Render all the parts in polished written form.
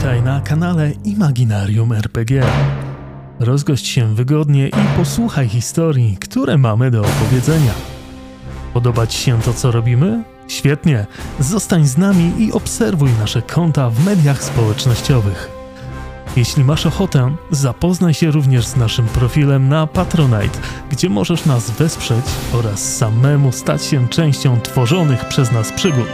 Witaj na kanale Imaginarium RPG. Rozgość się wygodnie i posłuchaj historii, które mamy do opowiedzenia. Podoba Ci się to, co robimy? Świetnie! Zostań z nami i obserwuj nasze konta w mediach społecznościowych. Jeśli masz ochotę, zapoznaj się również z naszym profilem na Patronite, gdzie możesz nas wesprzeć oraz samemu stać się częścią tworzonych przez nas przygód.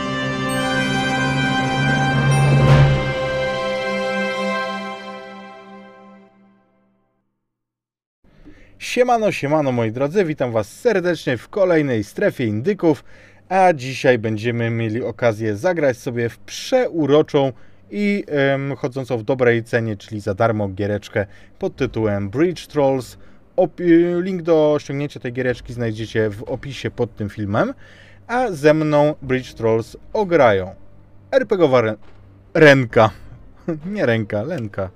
Siemano, siemano moi drodzy, witam Was serdecznie w kolejnej strefie indyków, a dzisiaj będziemy mieli okazję zagrać sobie w przeuroczą i chodzącą w dobrej cenie, czyli za darmo giereczkę pod tytułem Bridge Trolls. Link do ściągnięcia tej giereczki znajdziecie w opisie pod tym filmem, a ze mną Bridge Trolls ograją RPGowa Renka, nie ręka, Lenka.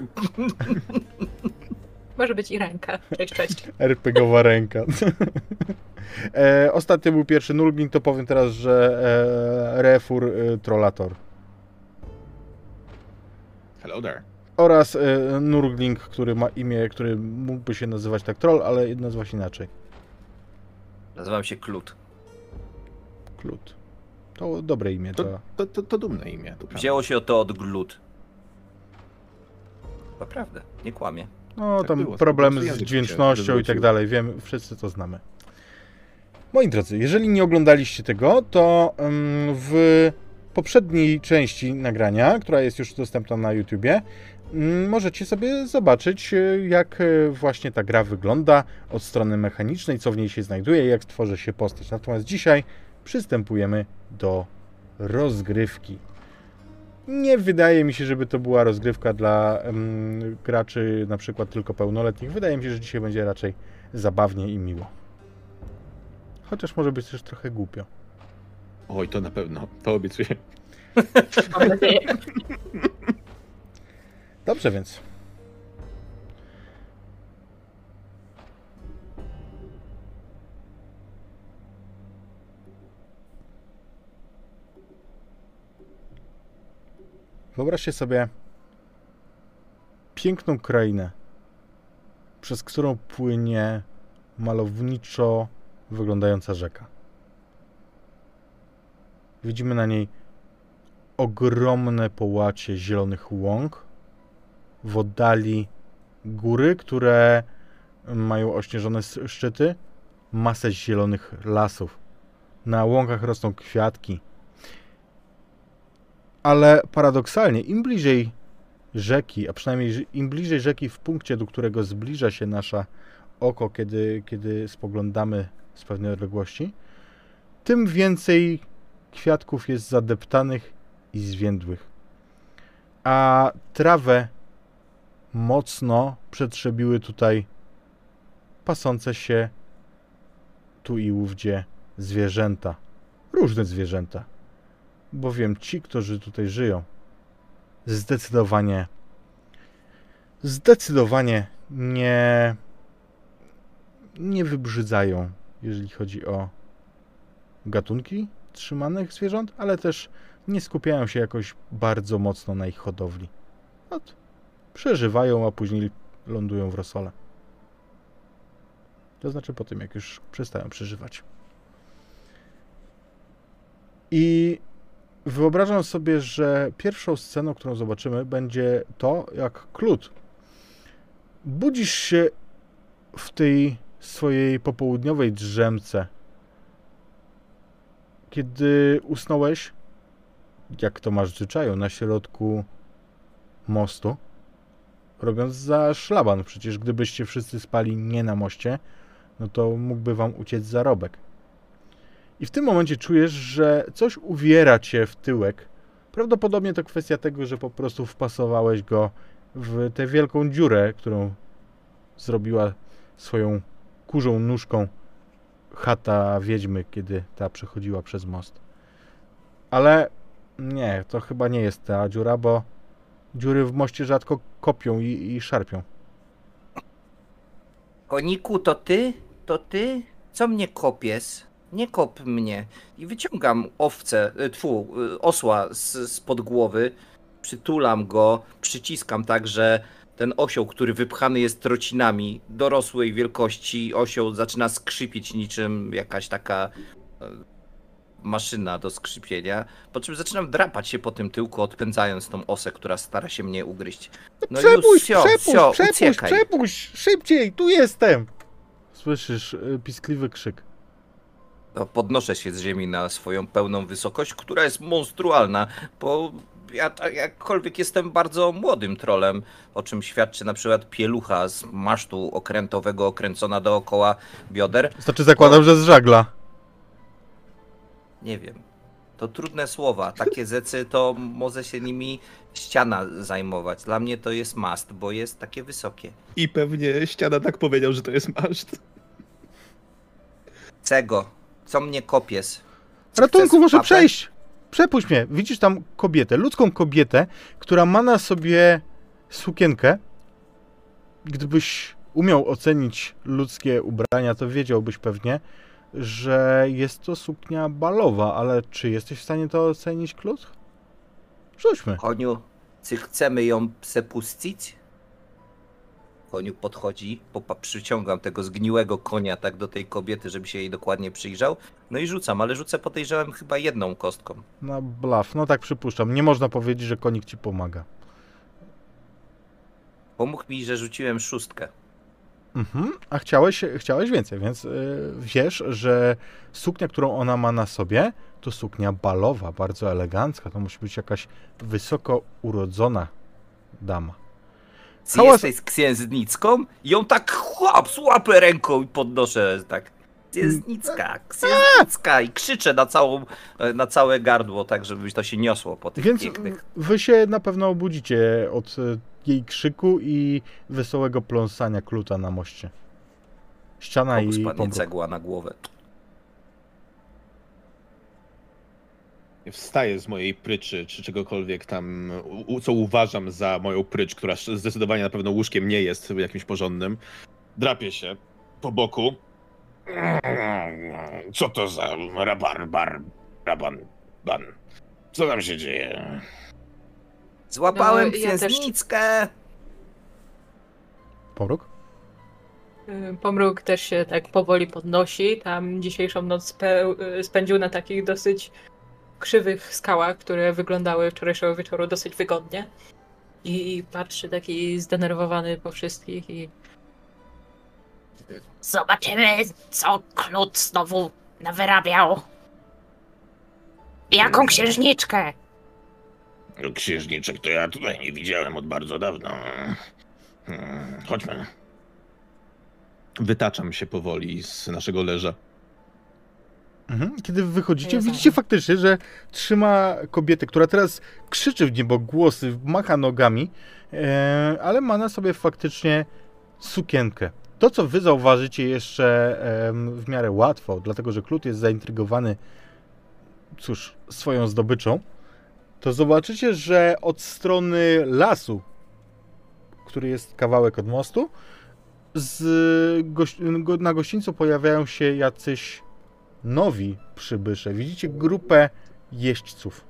Może być i ręka. Cześć, cześć. RPGowa ręka. Ostatnio był pierwszy Nulbing, to powiem teraz, że Refur Trollator. Hello there. Oraz Nurgling, który ma imię, który mógłby się nazywać tak Troll, ale nazywa się inaczej. Nazywam się Klut. Klut. To dobre imię. To dumne imię. To wzięło się to od glut. Naprawdę, nie kłamie. No, tak tam było, problemy z dźwięcznością i tak dalej. Wiem, wszyscy to znamy. Moi drodzy, jeżeli nie oglądaliście tego, to w poprzedniej części nagrania, która jest już dostępna na YouTubie, możecie sobie zobaczyć, jak właśnie ta gra wygląda od strony mechanicznej, co w niej się znajduje, jak tworzy się postać. Natomiast dzisiaj przystępujemy do rozgrywki. Nie wydaje mi się, żeby to była rozgrywka dla graczy na przykład tylko pełnoletnich. Wydaje mi się, że dzisiaj będzie raczej zabawnie i miło. Chociaż może być też trochę głupio. Oj, to na pewno. To obiecuję. Mam nadzieję. Dobrze więc. Wyobraźcie sobie piękną krainę, przez którą płynie malowniczo wyglądająca rzeka. Widzimy na niej ogromne połacie zielonych łąk, w oddali góry, które mają ośnieżone szczyty, masę zielonych lasów. Na łąkach rosną kwiatki. Ale paradoksalnie, im bliżej rzeki, a przynajmniej im bliżej rzeki w punkcie, do którego zbliża się nasze oko, kiedy spoglądamy z pewnej odległości, tym więcej kwiatków jest zadeptanych i zwiędłych. A trawę mocno przetrzebiły tutaj pasące się tu i ówdzie zwierzęta. Różne zwierzęta. Bowiem ci, którzy tutaj żyją, zdecydowanie nie wybrzydzają, jeżeli chodzi o gatunki trzymanych zwierząt, ale też nie skupiają się jakoś bardzo mocno na ich hodowli. Przeżywają, a później lądują w rosole. To znaczy po tym, jak już przestają przeżywać. I wyobrażam sobie, że pierwszą sceną, którą zobaczymy, będzie to, jak Klut budzisz się w tej swojej popołudniowej drzemce. Kiedy usnąłeś, jak to masz w zwyczaju, na środku mostu, robiąc za szlaban. Przecież gdybyście wszyscy spali nie na moście, no to mógłby wam uciec zarobek. I w tym momencie czujesz, że coś uwiera cię w tyłek. Prawdopodobnie to kwestia tego, że po prostu wpasowałeś go w tę wielką dziurę, którą zrobiła swoją kurzą nóżką chata wiedźmy, kiedy ta przechodziła przez most. Ale nie, to chyba nie jest ta dziura, bo dziury w moście rzadko kopią i szarpią. Koniku, to ty? To ty? Co mnie kopiesz? Nie kop mnie. I wyciągam osła spod głowy przytulam go, przyciskam tak, że ten osioł, który wypchany jest trocinami dorosłej wielkości, osioł zaczyna skrzypieć niczym jakaś taka maszyna do skrzypienia, po czym zaczynam drapać się po tym tyłku, odpędzając tą osę, która stara się mnie ugryźć. No przepuść, szybciej, tu jestem! Słyszysz piskliwy krzyk. No, podnoszę się z ziemi na swoją pełną wysokość, która jest monstrualna, bo ja jakkolwiek jestem bardzo młodym trolem, o czym świadczy na przykład pielucha z masztu okrętowego okręcona dookoła bioder. Znaczy zakładam, że z żagla. Nie wiem. To trudne słowa. Takie zecy to może się nimi ściana zajmować. Dla mnie to jest mast, bo jest takie wysokie. I pewnie ściana tak powiedział, że to jest maszt. Cego, co mnie kopies? Ratunku, muszę papę? przejść! Przepuść mnie. Widzisz tam kobietę, ludzką kobietę, która ma na sobie sukienkę. Gdybyś umiał ocenić ludzkie ubrania, to wiedziałbyś pewnie, że jest to suknia balowa, ale czy jesteś w stanie to ocenić, Klut? Rzućmy. Koniu, czy chcemy ją przepuścić? Koniu podchodzi, przyciągam tego zgniłego konia tak do tej kobiety, żeby się jej dokładnie przyjrzał. No i rzucam, ale rzucę podejrzewam chyba jedną kostką. Na blaf, no tak przypuszczam. Nie można powiedzieć, że konik ci pomaga. Pomógł mi, że rzuciłem 6. A chciałeś więcej, więc wiesz, że suknia, którą ona ma na sobie, to suknia balowa, bardzo elegancka. To musi być jakaś wysoko urodzona dama. Ty jesteś księżniczką? I ją tak złapę ręką i podnoszę tak. Księżniczka i krzyczę na całe gardło, tak żeby to się niosło po tych Więc pięknych. wy się na pewno obudzicie od jej krzyku i wesołego pląsania Kluta na moście. Ściana Komu i spadnie pomruk. cegła na głowę. Wstaję z mojej pryczy, czy czegokolwiek tam, co uważam za moją prycz, która zdecydowanie na pewno łóżkiem nie jest jakimś porządnym. Drapię się po boku. Co to za raban? Co tam się dzieje? Złapałem No, ja też- księżniczkę! Pomruk? Pomruk też się tak powoli podnosi. Tam dzisiejszą noc spędził na takich dosyć krzywych skałach, które wyglądały wczorajszego wieczoru dosyć wygodnie. I patrzy taki zdenerwowany po wszystkich i... Zobaczymy, co Klut znowu nawyrabiał. Jaką księżniczkę? Księżniczek to ja tutaj nie widziałem od bardzo dawna. Chodźmy. Wytaczam się powoli z naszego leża. Kiedy wychodzicie, Ja widzicie za- faktycznie, że trzyma kobietę, która teraz krzyczy w niebogłosy, macha nogami, ale ma na sobie faktycznie sukienkę. To, co wy zauważycie jeszcze w miarę łatwo, dlatego że Klut jest zaintrygowany, cóż, swoją zdobyczą, to zobaczycie, że od strony lasu, który jest kawałek od mostu, na gościńcu pojawiają się jacyś nowi przybysze. Widzicie grupę jeźdźców.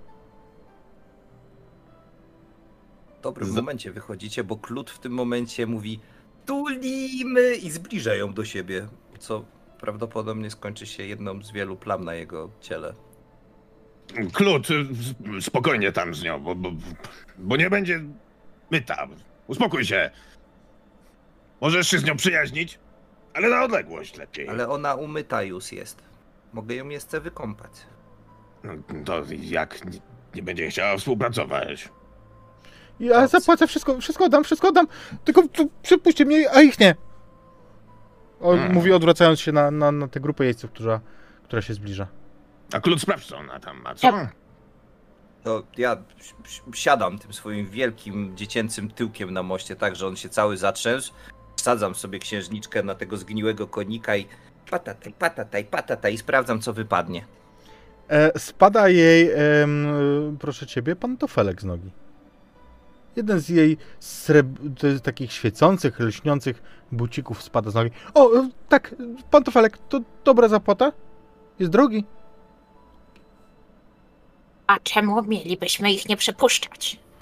W dobrym momencie wychodzicie, bo Klut w tym momencie mówi tulimy i zbliża ją do siebie, co prawdopodobnie skończy się jedną z wielu plam na jego ciele. Klut, spokojnie tam z nią, bo nie będzie myta. Uspokój się. Możesz się z nią przyjaźnić, ale na odległość lepiej. Ale ona umyta już jest. Mogę ją jeszcze wykąpać. No, to jak nie będzie chciała współpracować? Ja zapłacę wszystko oddam, tylko przypuśćcie mnie, a ich nie. Mówi odwracając się na tę grupę jeźdźców, która się zbliża. A Klut sprawdź, co ona tam ma, co? To ja siadam tym swoim wielkim, dziecięcym tyłkiem na moście, tak, że on się cały zatrzęsł. Wsadzam sobie księżniczkę na tego zgniłego konika i patataj i sprawdzam, co wypadnie. Spada jej, proszę ciebie, pantofelek z nogi. Jeden z jej takich świecących, lśniących bucików spada z nogi. O, tak, pantofelek, to dobra zapłata? Jest drogi. A czemu mielibyśmy ich nie przepuszczać?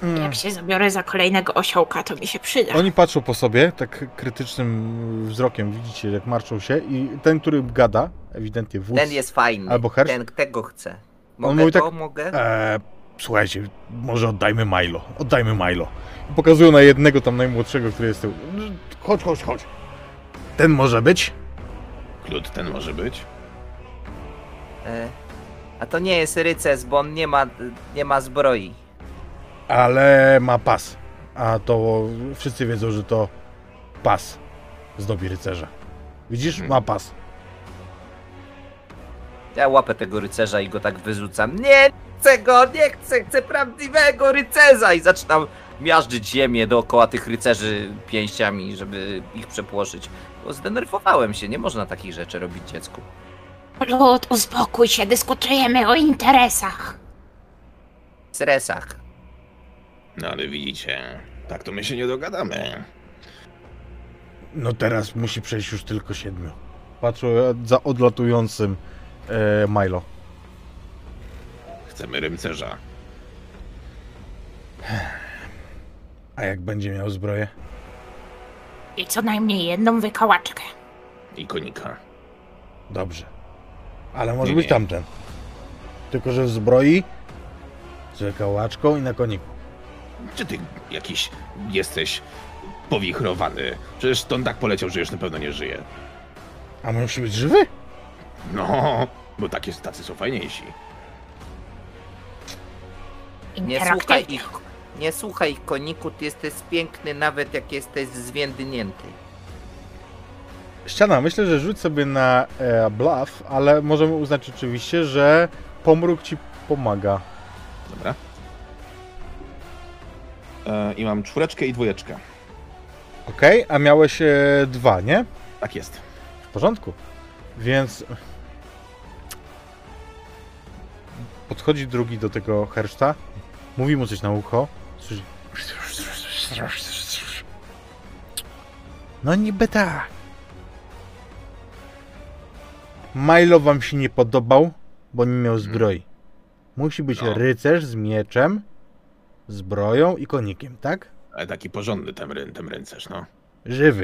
Jak się zabiorę za kolejnego osiołka, to mi się przyda. Oni patrzą po sobie, tak krytycznym wzrokiem, widzicie, jak marszczą się i ten, który gada, ewidentnie wódz, Ten jest fajny. albo hersz, Tego chcę. On Mogę mówi to? tak, Mogę? słuchajcie, może oddajmy Milo. I pokazują na jednego tam najmłodszego, który jest z tyłu. Chodź. Ten może być? Klut ten może być? A to nie jest rycerz, bo on nie ma zbroi. Ale ma pas. A to wszyscy wiedzą, że to pas zdobi rycerza. Widzisz? Ma pas. Ja łapę tego rycerza i go tak wyrzucam. Nie chcę go, nie chcę, chcę prawdziwego rycerza! I zaczynam miażdżyć ziemię dookoła tych rycerzy pięściami, żeby ich przepłoszyć. Bo zdenerwowałem się, nie można takich rzeczy robić dziecku. Lud, uspokój się, dyskutujemy o interesach. W stresach. No ale widzicie, tak to my się nie dogadamy. No teraz musi przejść już tylko 7. Patrzę za odlatującym Milo. Chcemy rycerza. A jak będzie miał zbroję? I co najmniej jedną wykałaczkę. I konika. Dobrze. Ale może Nie, być nie. tamten. Tylko, że w zbroi, z kałaczką i na koniku. Czy ty jakiś jesteś powichrowany? Przecież to on tak poleciał, że już na pewno nie żyje. A musi być żywy? No, bo tacy są fajniejsi. Interaktywnie. Nie słuchaj ich, koniku, ty jesteś piękny nawet jak jesteś zwiędnięty. Ściana, myślę, że rzuć sobie na bluff, ale możemy uznać oczywiście, że pomruk ci pomaga. Dobra. I mam 4 i 2. Okej, a miałeś 2, nie? Tak jest. W porządku. Więc podchodzi drugi do tego herszta, mówi mu coś na ucho. Słyszy... No niby tak. Milo wam się nie podobał, bo nie miał zbroi. Musi być No. rycerz z mieczem, zbroją i konikiem, tak? Ale taki porządny ten rycerz, no. Żywy.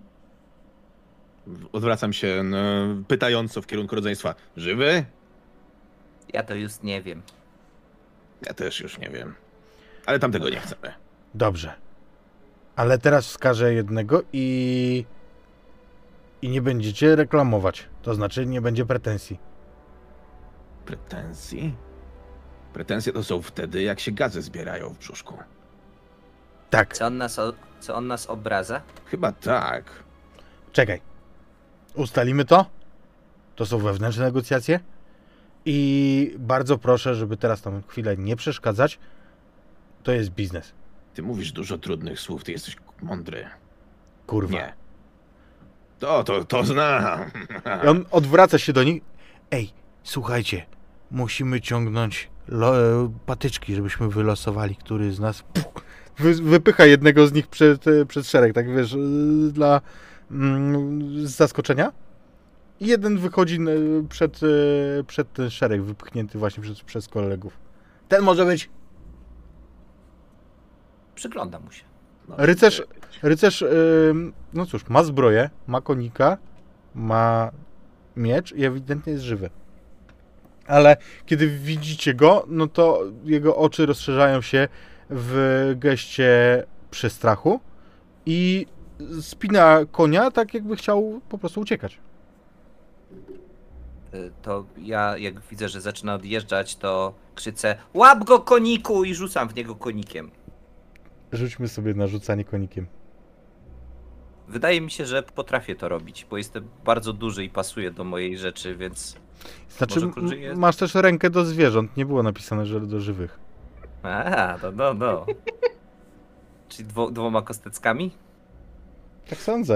Odwracam się pytająco w kierunku rodzeństwa. Żywy? Ja to już nie wiem. Ja też już nie wiem. Ale tamtego nie chcemy. Dobrze. Ale teraz wskażę jednego i nie będziecie reklamować. To znaczy nie będzie pretensji. Pretensji? Pretensje to są wtedy, jak się gazy zbierają w brzuszku. Tak. Co on nas obraza? Chyba tak. Czekaj. Ustalimy to. To są wewnętrzne negocjacje. I bardzo proszę, żeby teraz tam chwilę nie przeszkadzać. To jest biznes. Ty mówisz dużo trudnych słów, ty jesteś mądry. Kurwa. Nie. To znam. I on odwraca się do nich. Ej, słuchajcie. Musimy ciągnąć patyczki, żebyśmy wylosowali, który z nas... Wypycha jednego z nich przed szereg, tak wiesz, z zaskoczenia. I jeden wychodzi przed ten szereg, wypchnięty właśnie przez kolegów. Ten może być. Przygląda mu się. No, Rycerz, no cóż, ma zbroję, ma konika, ma miecz i ewidentnie jest żywy. Ale kiedy widzicie go, no to jego oczy rozszerzają się w geście przestrachu i spina konia tak, jakby chciał po prostu uciekać. To ja, jak widzę, że zaczyna odjeżdżać, to krzyczę: łap go, koniku! I rzucam w niego konikiem. Rzućmy sobie na rzucanie konikiem. Wydaje mi się, że potrafię to robić, bo jestem bardzo duży i pasuje do mojej rzeczy, więc... Znaczy, Może krócej jest? masz też rękę do zwierząt, nie było napisane, że do żywych. No. Czyli dwoma kosteczkami? Tak sądzę.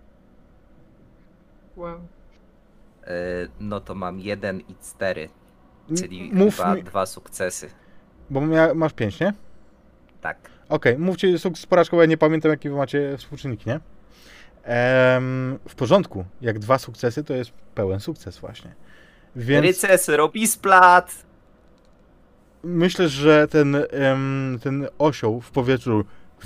Wow. No to mam 1 i 4, czyli Mów chyba mi, 2 sukcesy. bo masz 5, nie? Tak. Okej, mówcie sukces porażką, bo ja nie pamiętam, jakie wy macie współczynniki, nie? W porządku. Jak 2 sukcesy, to jest pełen sukces właśnie. Więc Rycerz robi splat! myślę, że ten osioł w powietrzu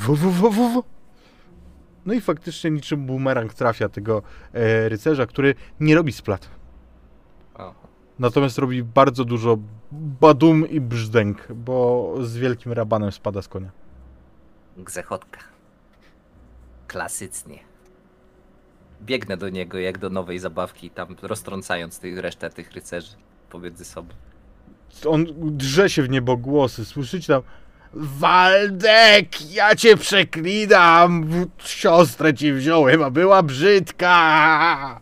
no i faktycznie niczym bumerang trafia tego rycerza, który nie robi splat. O, Natomiast robi bardzo dużo badum i brzdęk, bo z wielkim rabanem spada z konia. grzechotka. Klasycznie. Biegnę do niego jak do nowej zabawki, tam roztrącając resztę tych rycerzy pomiędzy sobą. On drze się w niebogłosy, słyszycie tam: Waldek, ja cię przeklinam! Siostrę ci wziąłem, a była brzydka!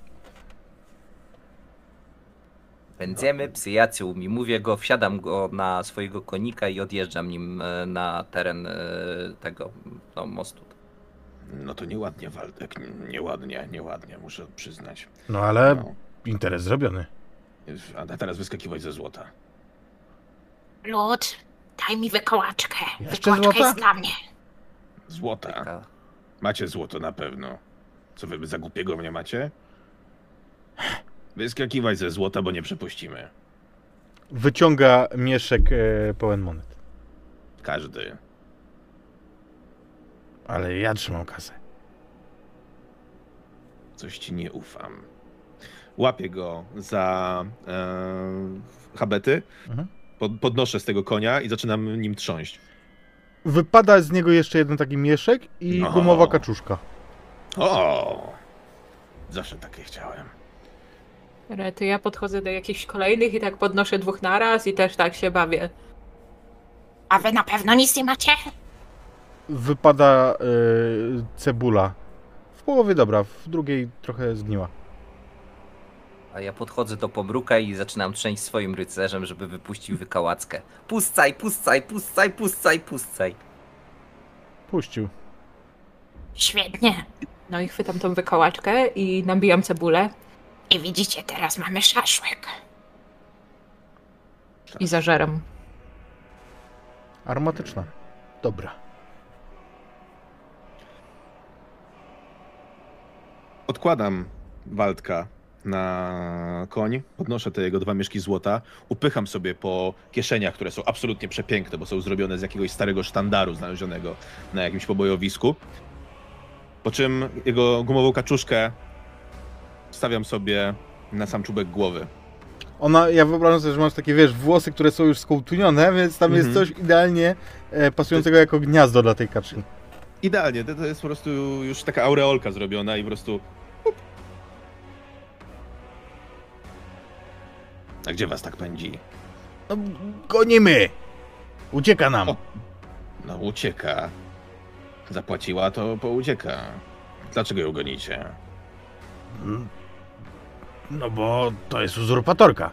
Będziemy przyjaciółmi. Mówię go, wsiadam go na swojego konika i odjeżdżam nim na teren tego mostu. No to nieładnie, Waldek. Nieładnie, muszę przyznać. No ale No. interes zrobiony. A teraz wyskakiwać ze złota. Lud, daj mi wykołaczkę. Jeszcze Wykołaczka złota? jest dla mnie. Złota. Taka... Macie złoto na pewno. Co wy za głupiego mnie macie? Wyskakiwać ze złota, bo nie przepuścimy. Wyciąga mieszek pełen monet. Każdy. Ale ja trzymam kasę. Coś ci nie ufam. Łapię go za habety, Mhm. podnoszę z tego konia i zaczynam nim trząść. Wypada z niego jeszcze jeden taki mieszek i No. gumowa kaczuszka. O! Zawsze takie chciałem. To ja podchodzę do jakichś kolejnych i tak podnoszę 2 naraz i też tak się bawię. A wy na pewno nic nie macie? Wypada cebula. W połowie dobra, w drugiej trochę zgniła. A ja podchodzę do pomruka i zaczynam trzęść swoim rycerzem, żeby wypuścił wykałackę. Puscaj, puscaj, puscaj, puscaj, puscaj. Puścił. Świetnie. No i chwytam tą wykołaczkę i nabijam cebulę I widzicie, teraz mamy szaszłyk. i zażeram. Aromatyczna. Dobra. Odkładam Waldka na koń, podnoszę te jego 2 mieszki złota, upycham sobie po kieszeniach, które są absolutnie przepiękne, bo są zrobione z jakiegoś starego sztandaru znalezionego na jakimś pobojowisku. Po czym jego gumową kaczuszkę stawiam sobie na sam czubek głowy. Ja wyobrażam sobie, że masz takie, wiesz, włosy, które są już skołtunione, więc tam jest coś idealnie pasującego jako gniazdo dla tej kaczki. Idealnie, to jest po prostu już taka aureolka zrobiona i po prostu... A gdzie was tak pędzi? No, gonimy! Ucieka nam. O. No ucieka. Zapłaciła, to poucieka. Dlaczego ją gonicie? No bo to jest uzurpatorka.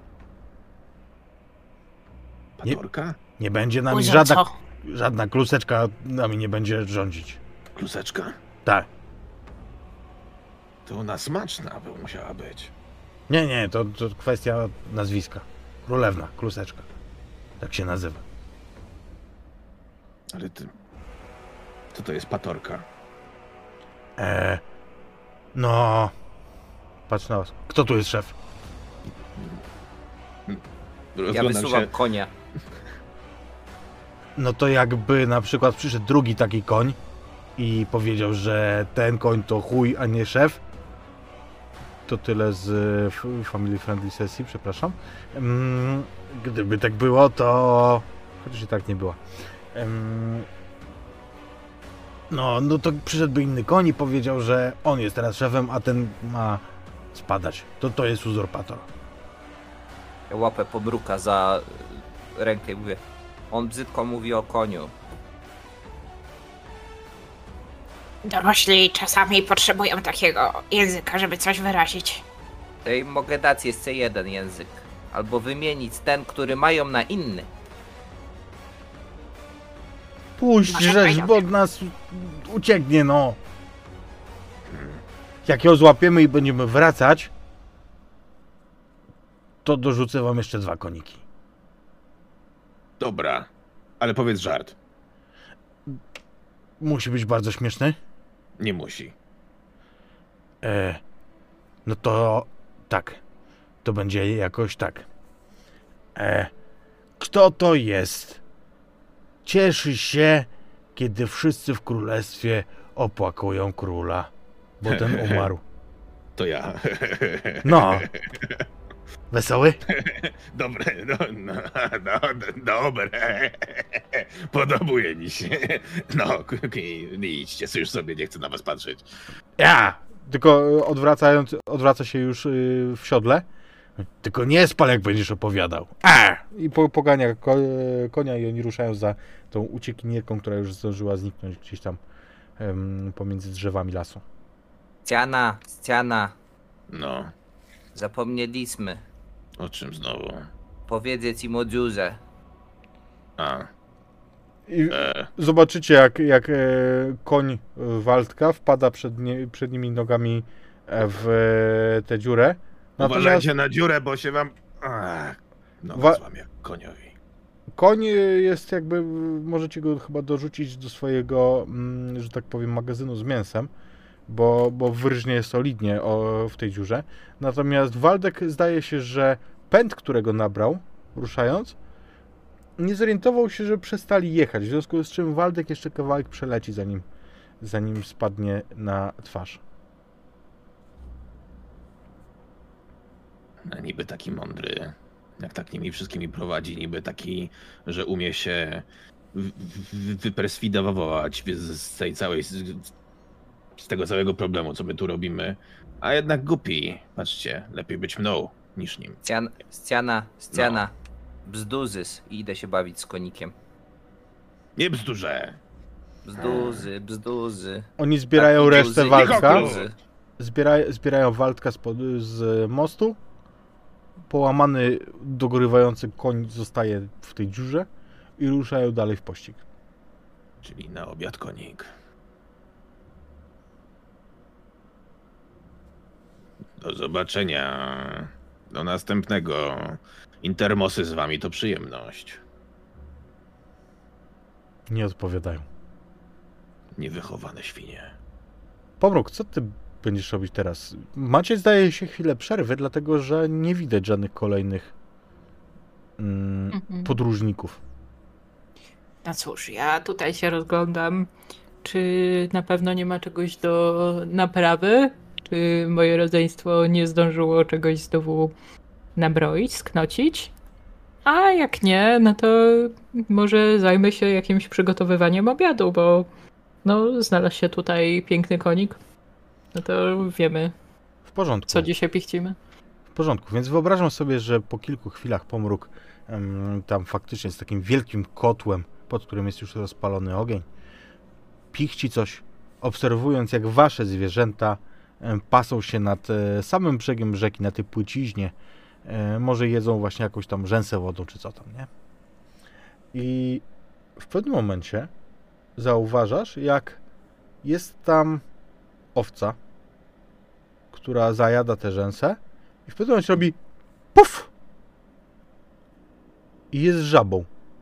Patorka? Nie będzie nami Uzo co? żadna kluseczka nami nie będzie rządzić. Kluseczka? Tak. To ona smaczna by musiała być. Nie, to kwestia nazwiska. Królewna, kluseczka. Tak się nazywa. Ale ty... Co to jest patorka? No... Patrz na was. Kto tu jest szef? Ja Rozglądam wysuwam się. konia. No to jakby na przykład przyszedł drugi taki koń i powiedział, że ten koń to chuj, a nie szef. To tyle z Family Friendly sesji, przepraszam. Gdyby tak było, to... Chociaż i tak nie było. No to przyszedłby inny koń i powiedział, że on jest teraz szefem, a ten ma spadać. To jest uzurpator. Ja łapę pomruka za rękę i mówię, on brzydko mówi o koniu. Dorośli czasami potrzebują takiego języka, żeby coś wyrazić. To im mogę dać jeszcze jeden język. Albo wymienić ten, który mają na inny. Puść Może rzecz, fajnie. bo od nas ucieknie, no. Jak ją złapiemy i będziemy wracać, to dorzucę wam jeszcze 2 koniki. Dobra, ale powiedz żart. Musi być bardzo śmieszny. Nie musi. No to tak. To będzie jakoś tak. Kto to jest? Cieszy się, kiedy wszyscy w królestwie opłakują króla, bo ten umarł. To ja. No. Wesoły? Dobre, dobre. Podobuje mi się. No, idźcie już sobie, nie chcę na was patrzeć. Ja! Tylko odwraca się już w siodle. Tylko nie spal, jak będziesz opowiadał. I pogania konia i oni ruszają za tą uciekinierką, która już zdążyła zniknąć gdzieś tam pomiędzy drzewami lasu. Ściana. No, Zapomnieliśmy o czym znowu? powiedzieć im o dziurze. I zobaczycie, jak koń Waldka wpada przed nimi nogami w tę dziurę. Uważajcie na dziurę, bo się wam... złamie koniowi. Koń jest jakby, możecie go chyba dorzucić do swojego, że tak powiem, magazynu z mięsem, bo wyrżnie solidnie w tej dziurze. Natomiast Waldek zdaje się, że pęd, którego nabrał, ruszając, nie zorientował się, że przestali jechać, w związku z czym Waldek jeszcze kawałek przeleci, zanim spadnie na twarz. Niby taki mądry, jak tak nimi wszystkimi prowadzi, niby taki, że umie się wyperswidować z tego całego problemu, co my tu robimy, a jednak głupi. Patrzcie, lepiej być mną niż nim. Ściana. No. Bzduzys. I idę się bawić z konikiem. Nie bzdurze. Bzduzy. Oni zbierają Tak, resztę bzduzy. Waldka. Bzduzy. Zbierają Waldka z mostu. Połamany, dogorywający koń zostaje w tej dziurze i ruszają dalej w pościg. Czyli na obiad konik. Do zobaczenia. Do następnego. Intermosy z wami to przyjemność. Nie odpowiadają. Niewychowane świnie. Pomruk, co ty będziesz robić teraz? Macie, zdaje się, chwilę przerwy, dlatego że nie widać żadnych kolejnych podróżników. No cóż, ja tutaj się rozglądam, czy na pewno nie ma czegoś do naprawy, czy moje rodzeństwo nie zdążyło czegoś znowu nabroić, sknocić. A jak nie, no to może zajmę się jakimś przygotowywaniem obiadu, bo no znalazł się tutaj piękny konik. No to wiemy, W porządku. co dzisiaj pichcimy. W porządku, więc wyobrażam sobie, że po kilku chwilach Pomruk tam faktycznie z takim wielkim kotłem, pod którym jest już rozpalony ogień, pichci coś, obserwując jak wasze zwierzęta pasą się nad samym brzegiem rzeki, na tej płyciźnie. Może jedzą właśnie jakąś tam rzęsę wodą, czy co tam, nie? I w pewnym momencie zauważasz, jak jest tam owca, która zajada tę rzęsę i w pewnym momencie robi puf! I jest żabą.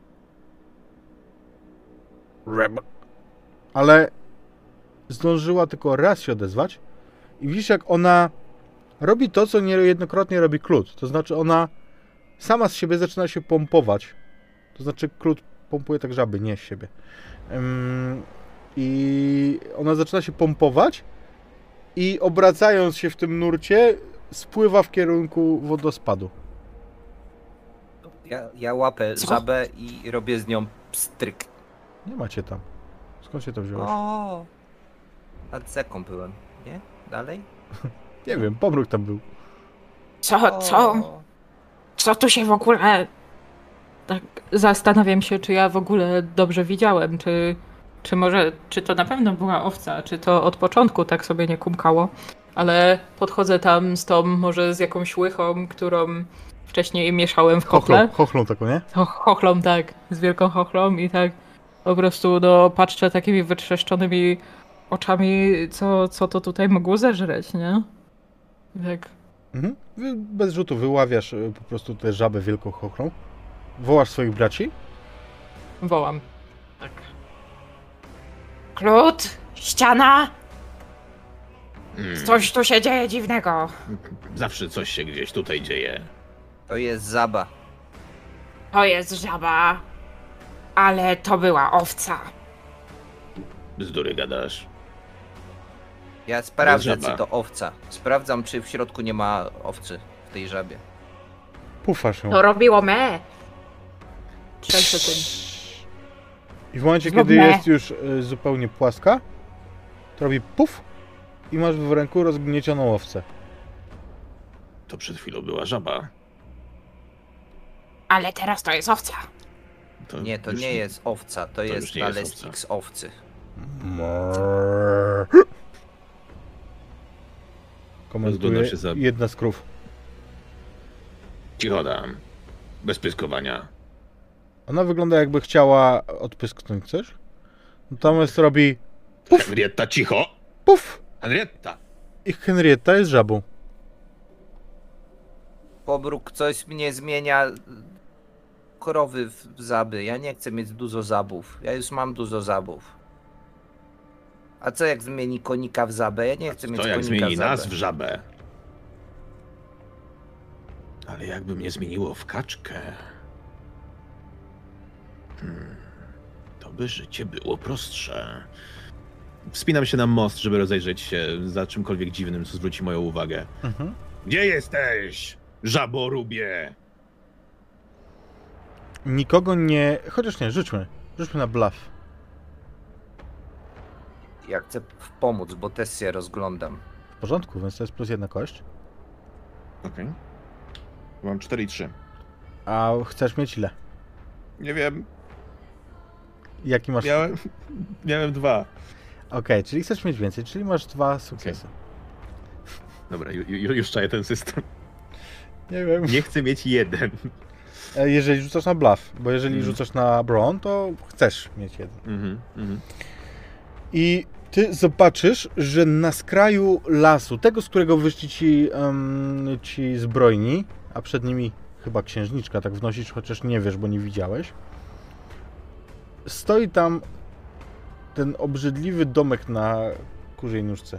Ale zdążyła tylko raz się odezwać i widzisz, jak ona robi to, co niejednokrotnie robi Klut. To znaczy ona sama z siebie zaczyna się pompować. To znaczy Klut pompuje tak żaby, nie z siebie. I ona zaczyna się pompować i obracając się w tym nurcie spływa w kierunku wodospadu. Ja łapę Co? żabę i robię z nią pstryk. Nie macie tam. Skąd się to wziąłeś? O, nad rzeką byłem, nie? Dalej? Nie wiem, Pomruk tam był. Co tu się w ogóle... Tak zastanawiam się, czy ja w ogóle dobrze widziałem, czy to na pewno była owca, czy to od początku tak sobie nie kumkało, ale podchodzę tam może z jakąś łychą, którą wcześniej mieszałem w chochle. Chochlą taką, nie? Chochlą, tak, z wielką chochlą i tak po prostu patrzę takimi wytrzeszczonymi oczami, co to tutaj mogło zeżreć, nie? Tak. Mhm. Bez rzutu wyławiasz po prostu tę żabę wielką chochlą. Wołasz swoich braci. Wołam. Tak. Klut, ściana, coś tu się dzieje dziwnego. Zawsze coś się gdzieś tutaj dzieje. To jest żaba. To jest żaba, ale to była owca. Bzdury gadasz. Ja sprawdzę, żaba. czy to owca. Sprawdzam, czy w środku nie ma owcy w tej żabie. Pufasz ją. To robiło me. Trzęsę tym. I w momencie, Zrób kiedy me. jest już zupełnie płaska, to robi puf i masz w ręku rozgniecioną owcę. To przed chwilą była żaba. Ale teraz to jest owca. Nie, to już nie jest owca, to już jest nie jest nalestnik z owcy. Komentuje Rozglądam się za- jedna z krów. Cicho dam. Bez pyskowania. Ona wygląda, jakby chciała odpysknąć coś. Natomiast robi Henrietta, cicho! puf Henrietta! i Henrietta jest żabą. Pobruk, coś mnie zmienia krowy w zaby. Ja nie chcę mieć dużo zabów. Ja już mam dużo zabów. A co jak zmieni konika w zabę? Ja nie chcę mieć To jak konika zmieni w zabę. nas w żabę. Ale jakby mnie zmieniło w kaczkę. To by życie było prostsze. Wspinam się na most, żeby rozejrzeć się za czymkolwiek dziwnym, co zwróci moją uwagę. Gdzie jesteś, żaborubie? Nikogo nie... Chociaż nie, rzućmy. Rzućmy na bluff. Ja chcę pomóc, bo też się rozglądam. W porządku, więc to jest plus jedna kość. Okej. Mam 4 i 3. A chcesz mieć ile? Nie wiem, Jaki masz... miałem 2. Okej, czyli chcesz mieć więcej, czyli masz 2 sukcesy. Dobra, już czaję ten system. Nie wiem. Nie chcę mieć 1. Jeżeli rzucasz na bluff, bo jeżeli Mhm. rzucasz na brawn, to chcesz mieć jeden. Mhm. I ty zobaczysz, że na skraju lasu, tego, z którego wyszli ci zbrojni, a przed nimi chyba księżniczka, tak wnosisz, chociaż nie wiesz, bo nie widziałeś, stoi tam ten obrzydliwy domek na kurzej nóżce.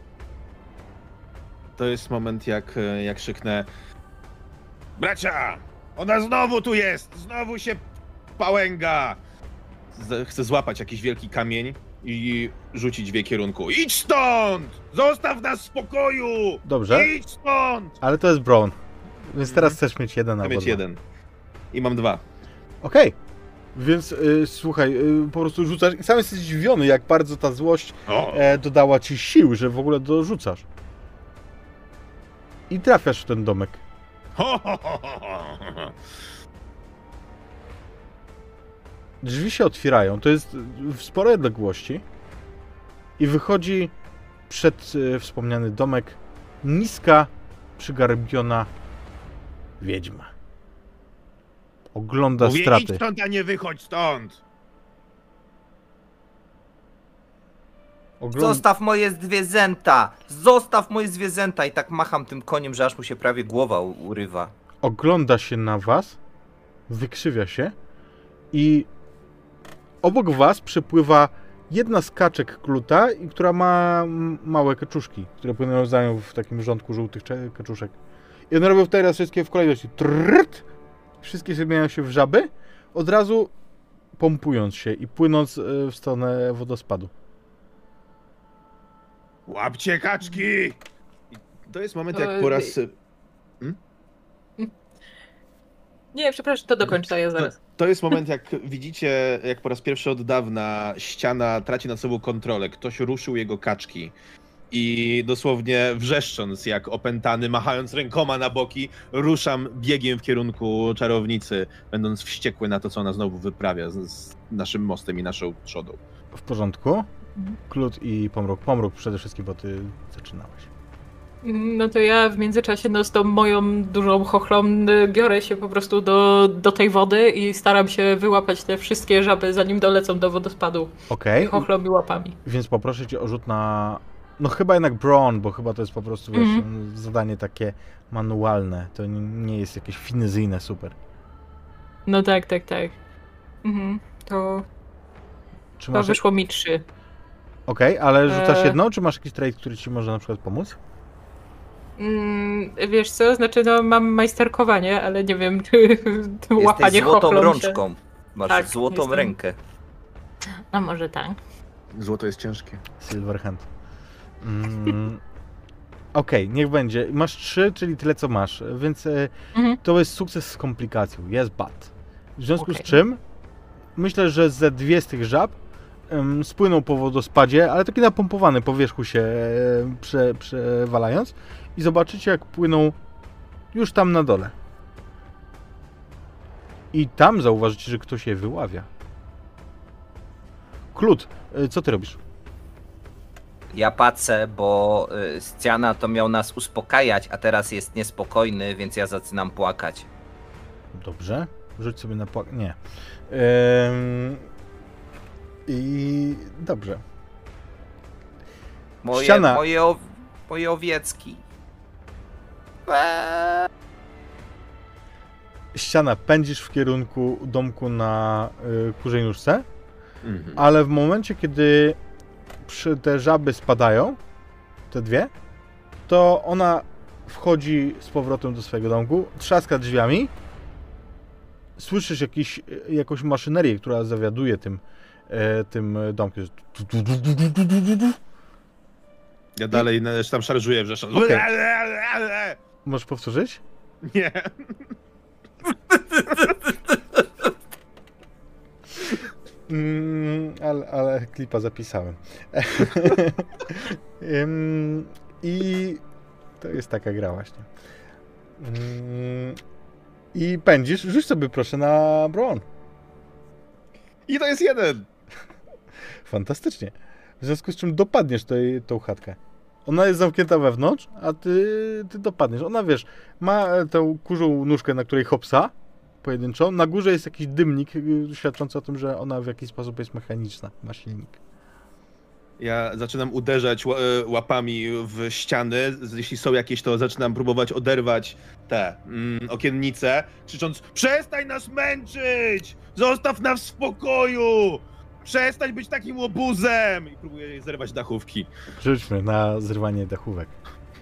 To jest moment, jak krzyknę: bracia! Ona znowu tu jest! Znowu się pałęga! Chcę złapać jakiś wielki kamień i rzucić w jej kierunku. Idź stąd! Zostaw nas w spokoju! Dobrze. Idź stąd! Ale to jest brawn, więc teraz chcesz mieć jeden Chcę albo mieć dwa. 1. I mam 2. Okej. Więc słuchaj, po prostu rzucasz i sam jesteś zdziwiony, jak bardzo ta złość O! dodała ci sił, że w ogóle dorzucasz. I trafiasz w ten domek. Ho, ho, ho, ho, ho. Drzwi się otwierają, to jest w sporej odległości i wychodzi przed wspomniany domek niska, przygarbiona wiedźma. Ogląda Mówię, idź straty. stąd, a nie wychodź stąd! Zostaw moje zwierzęta! Zostaw moje zwierzęta! I tak macham tym koniem, że aż mu się prawie głowa urywa. Ogląda się na was, wykrzywia się i obok was przepływa jedna z kaczek kluta, i która ma małe kaczuszki, które płyną w takim rządku żółtych kaczuszek. I one robią teraz wszystkie w kolejności. Trrrt! Wszystkie zmieniają się w żaby, od razu pompując się i płynąc w stronę wodospadu. Łapcie kaczki! I to jest moment, jak Oj. po raz... Nie, przepraszam, to dokończ, ja zaraz. To jest moment, jak widzicie, jak po raz pierwszy od dawna ściana traci nad sobą kontrolę. Ktoś ruszył jego kaczki. I dosłownie wrzeszcząc, jak opętany, machając rękoma na boki, ruszam biegiem w kierunku czarownicy, będąc wściekły na to, co ona znowu wyprawia z naszym mostem i naszą trzodą. W porządku? Klut i Pomruk. Pomruk przede wszystkim, bo ty zaczynałeś. No to ja w międzyczasie z tą moją dużą chochlą biorę się po prostu do tej wody i staram się wyłapać te wszystkie żaby, zanim dolecą do wodospadu. Okej, Chochlą i łapami. więc poproszę cię o rzut na... No chyba jednak brawn, bo chyba to jest po prostu, wiesz, zadanie takie manualne. To nie jest jakieś finezyjne super. No tak. To Czy masz... wyszło mi 3. Okej, ale rzucasz jedną, czy masz jakiś trade, który ci może na przykład pomóc? Wiesz co, znaczy no mam majsterkowanie, ale nie wiem, czy łapanie Jesteś złotą chochlą rączką. Się... Masz Tak, złotą jestem. rękę. No może tak. Złoto jest ciężkie. Silver hand. Okej, niech będzie. Masz 3, czyli tyle co masz, więc to jest sukces z komplikacją. Jest bad. W związku z Okej. czym myślę, że ze 2 z tych żab spłyną po wodospadzie, ale taki napompowany po wierzchu się przewalając i zobaczycie jak płyną już tam na dole. I tam zauważycie, że ktoś je wyławia. Klut, co ty robisz? Ja patrzę, bo Sciana to miał nas uspokajać, a teraz jest niespokojny, więc ja zaczynam płakać. Dobrze. Rzuć sobie na nie. I dobrze. Ściana. Moje owiecki. Ściana, pędzisz w kierunku domku na kurzej nóżce, ale w momencie, kiedy te żaby spadają, te 2, to ona wchodzi z powrotem do swojego domku, trzaska drzwiami, słyszysz jakąś maszynerię, która zawiaduje tym domkiem. Ja dalej tam szarżuję wrzeszcząc. Okay. Możesz powtórzyć? Nie. Ale klipa zapisałem. I to jest taka gra właśnie. I pędzisz. Rzuć sobie proszę na broń. I to jest 1. Fantastycznie. W związku z czym dopadniesz tą chatkę. Ona jest zamknięta wewnątrz, a ty dopadniesz. Ona, wiesz, ma tę kurzą nóżkę, na której hopsa pojedynczą. Na górze jest jakiś dymnik świadczący o tym, że ona w jakiś sposób jest mechaniczna. Ma silnik. Ja zaczynam uderzać łapami w ściany. Jeśli są jakieś, to zaczynam próbować oderwać te okiennice, krzycząc: przestań nas męczyć! Zostaw nas w spokoju! Przestań być takim łobuzem! I próbuję zerwać dachówki. Rzućmy na zrywanie dachówek.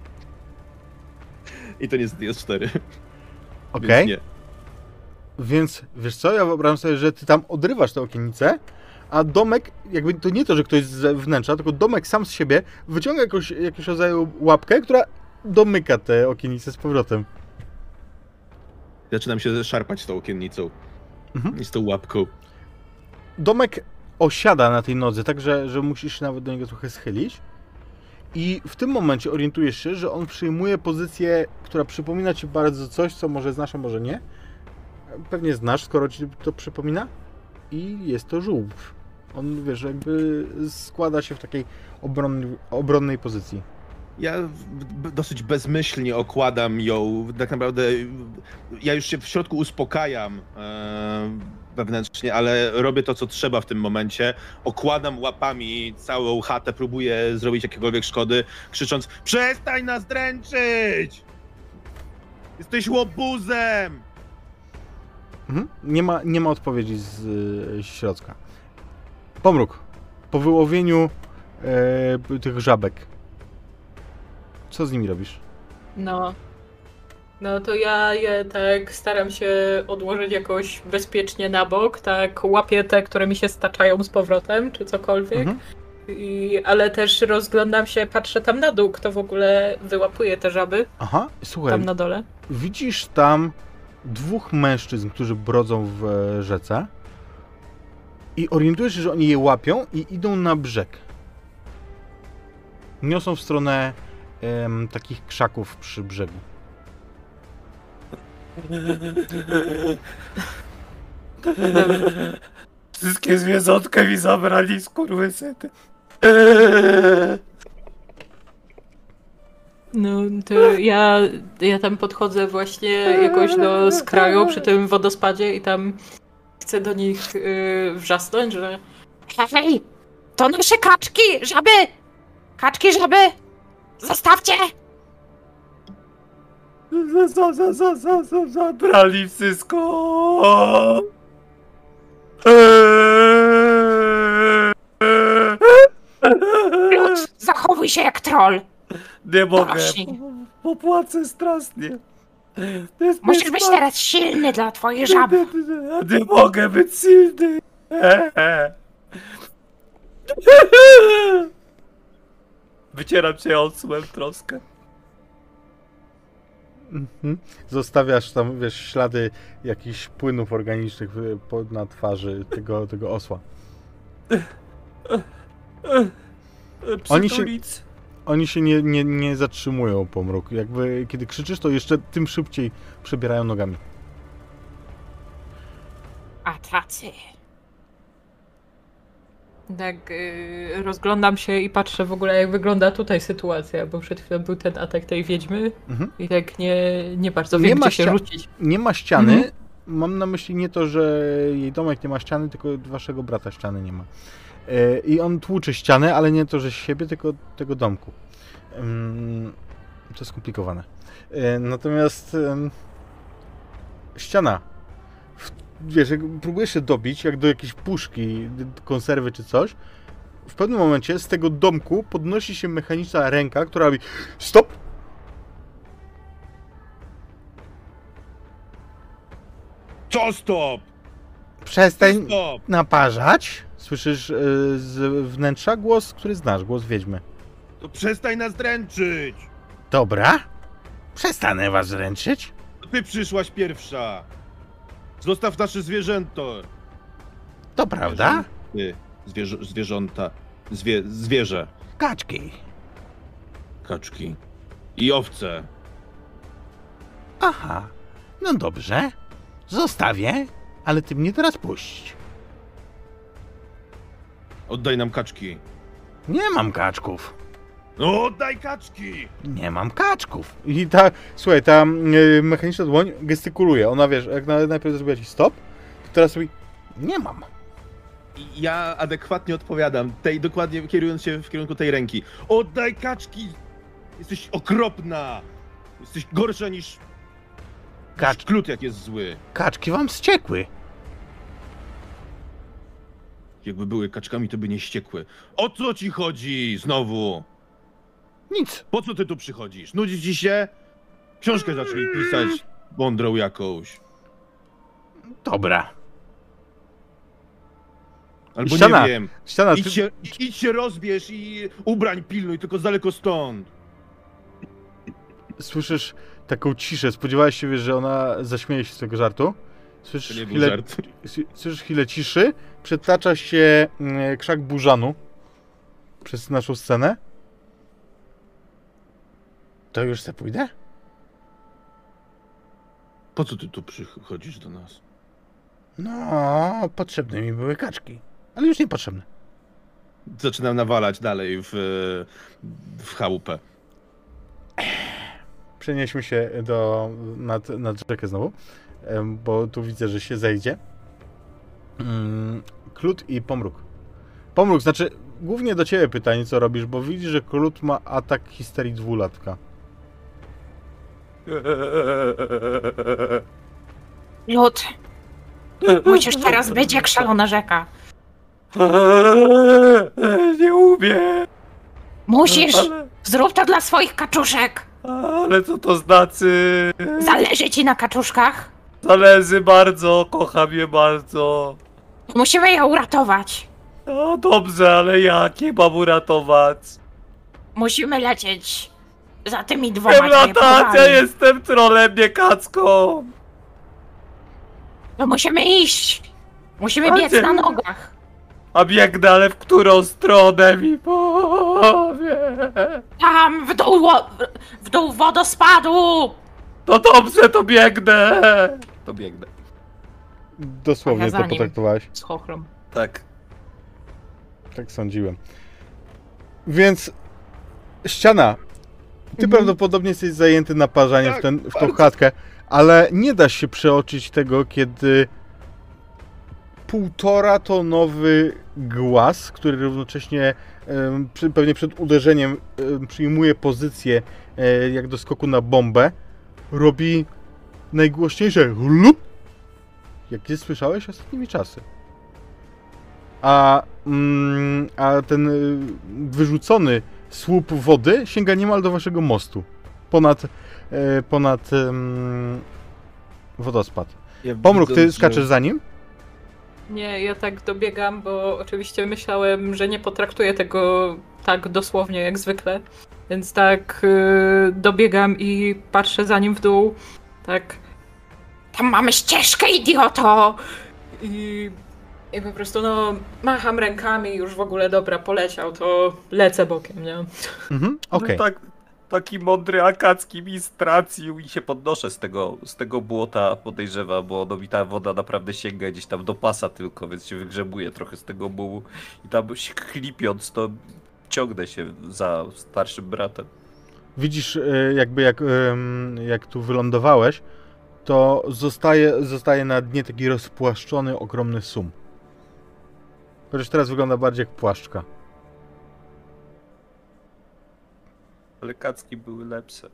I to niestety jest 4. Okej. Więc wiesz co, ja wyobrażam sobie, że ty tam odrywasz tę okiennicę, a domek, jakby to nie to, że ktoś z wnętrza, tylko domek sam z siebie wyciąga jakąś rodzaju łapkę, która domyka te okiennice z powrotem. Zaczynam się szarpać z tą okiennicą i z tą łapką. Domek osiada na tej nodze, tak że musisz się nawet do niego trochę schylić. I w tym momencie orientujesz się, że on przyjmuje pozycję, która przypomina ci bardzo coś, co może znasz, a może nie. Pewnie znasz, skoro ci to przypomina. I jest to żółw. On, wiesz, jakby składa się w takiej obronnej pozycji. Ja dosyć bezmyślnie okładam ją. Tak naprawdę ja już się w środku uspokajam wewnętrznie, ale robię to, co trzeba w tym momencie. Okładam łapami całą chatę, próbuję zrobić jakiekolwiek szkody, krzycząc: przestań nas dręczyć! Jesteś łobuzem! Nie ma odpowiedzi z środka. Pomruk, po wyłowieniu tych żabek, co z nimi robisz? No to ja je tak staram się odłożyć jakoś bezpiecznie na bok, tak łapię te, które mi się staczają z powrotem, czy cokolwiek. Ale też rozglądam się, patrzę tam na dół, kto w ogóle wyłapuje te żaby. Aha, słuchaj. Tam na dole. Widzisz tam 2 mężczyzn, którzy brodzą w rzece i orientujesz się, że oni je łapią i idą na brzeg. Niosą w stronę takich krzaków przy brzegu. Wszystkie zwierzątka mi zabrali, skurwysety. No to ja tam podchodzę właśnie jakoś do skraju przy tym wodospadzie i tam chcę do nich wrzasnąć, że Hej, to nasze kaczki, żaby! Kaczki, żaby! Zostawcie! Zabrali wszystko. Lud, zachowuj się jak troll! Nie mogę. Proszę. Popłacę strasznie. To jest Musisz być teraz silny dla twojej żaby. Nie mogę być silny. Wycieram się odsłem troskę. Zostawiasz tam, wiesz, ślady jakichś płynów organicznych na twarzy tego osła. Oni się nie zatrzymują, Pomruk. Jakby kiedy krzyczysz, to jeszcze tym szybciej przebierają nogami. A tacy. Tak, rozglądam się i patrzę w ogóle, jak wygląda tutaj sytuacja, bo przed chwilą był ten atak tej wiedźmy i tak nie bardzo wiem, gdzie się rzucić. Nie ma ściany. Mam na myśli nie to, że jej domek nie ma ściany, tylko waszego brata ściany nie ma. I on tłucze ścianę, ale nie to, że siebie, tylko tego domku. To skomplikowane. Natomiast ściana. Wiesz, jak próbujesz się dobić, jak do jakiejś puszki, konserwy czy coś, w pewnym momencie z tego domku podnosi się mechaniczna ręka, która robi stop! Co stop? Przestań Stop! naparzać. Słyszysz z wnętrza głos, który znasz, głos wiedźmy. To przestań nas dręczyć! Dobra. Przestanę was ręczyć. Ty przyszłaś pierwsza! Zostaw nasze zwierzęto! To prawda? Ty, zwierząta. Zwierzę. Kaczki. Kaczki. I owce. Aha. No dobrze. Zostawię, ale ty mnie teraz puść. Oddaj nam kaczki. Nie mam kaczków. No oddaj kaczki! Nie mam kaczków. I słuchaj, ta mechaniczna dłoń gestykuluje. Ona, wiesz, jak najpierw zrobiła ci stop, to teraz mówi, nie mam. I ja adekwatnie odpowiadam, dokładnie kierując się w kierunku tej ręki. Oddaj kaczki! Jesteś okropna! Jesteś gorsza niż Klut, jak jest zły. Kaczki wam wściekły. Jakby były kaczkami, to by nie ściekły. O co ci chodzi znowu? Nic. Po co ty tu przychodzisz? Nudzi ci się? Książkę zacznij pisać mądrą jakąś. Dobra. Albo ściana, nie wiem. Ściana, Idź się rozbierz i ubrań pilnuj, tylko z daleko stąd. Słyszysz taką ciszę. Spodziewałeś się, wiesz, że ona zaśmieje się z tego żartu? Słyszysz słyszysz chwilę ciszy. Przetacza się krzak burzanu przez naszą scenę. To już se pójdę? Po co ty tu przychodzisz do nas? No, potrzebne mi były kaczki. Ale już niepotrzebne. Zaczynam nawalać dalej w chałupę. Przenieśmy się nad rzekę znowu, bo tu widzę, że się zejdzie. Klut i Pomruk. Pomruk, znaczy, głównie do ciebie pytanie, co robisz, bo widzisz, że Klut ma atak histerii 2-latka. Lud, musisz teraz być jak szalona rzeka. Nie umiem. Musisz! Zrób to dla swoich kaczuszek! Ale co to znaczy? Zależy ci na kaczuszkach? Zależy bardzo, kocham je bardzo. Musimy je uratować. No dobrze, ale jak je mam uratować? Musimy lecieć za tymi dwoma. Wiem latać, ja jestem trolem, nie kacką. No musimy iść. Musimy biec na nogach. A biegnę, ale w którą stronę mi powie? Tam, w dół wodospadu! No dobrze, to biegnę. To biegnę. Dosłownie to potraktowałeś. Z chochlą. Tak. Tak sądziłem. Więc ściana. Ty prawdopodobnie jesteś zajęty naparzaniem w tą chatkę, ale nie da się przeoczyć tego, kiedy 1,5-tonowy głaz, który równocześnie pewnie przed uderzeniem przyjmuje pozycję jak do skoku na bombę, robi najgłośniejsze hlup, jakie słyszałeś ostatnimi czasy. A ten wyrzucony słup wody sięga niemal do waszego mostu. Ponad wodospad. Pomruk, ty skaczesz za nim? Nie, ja tak dobiegam, bo oczywiście myślałem, że nie potraktuję tego tak dosłownie jak zwykle. Więc tak dobiegam i patrzę za nim w dół. Tak. Tam mamy ścieżkę, idioto! I po prostu macham rękami już w ogóle dobra, poleciał, to lecę bokiem, nie? Okej. No tak, taki mądry Akacki mi stracił i się podnoszę z tego błota, podejrzewam, bo mi ta woda naprawdę sięga gdzieś tam do pasa tylko, więc się wygrzebuję trochę z tego mułu i tam chlipiąc to ciągnę się za starszym bratem. Widzisz, jak tu wylądowałeś, to zostaje na dnie taki rozpłaszczony, ogromny sum. Chociaż teraz wygląda bardziej jak płaszczka. Ale kacki były lepsze.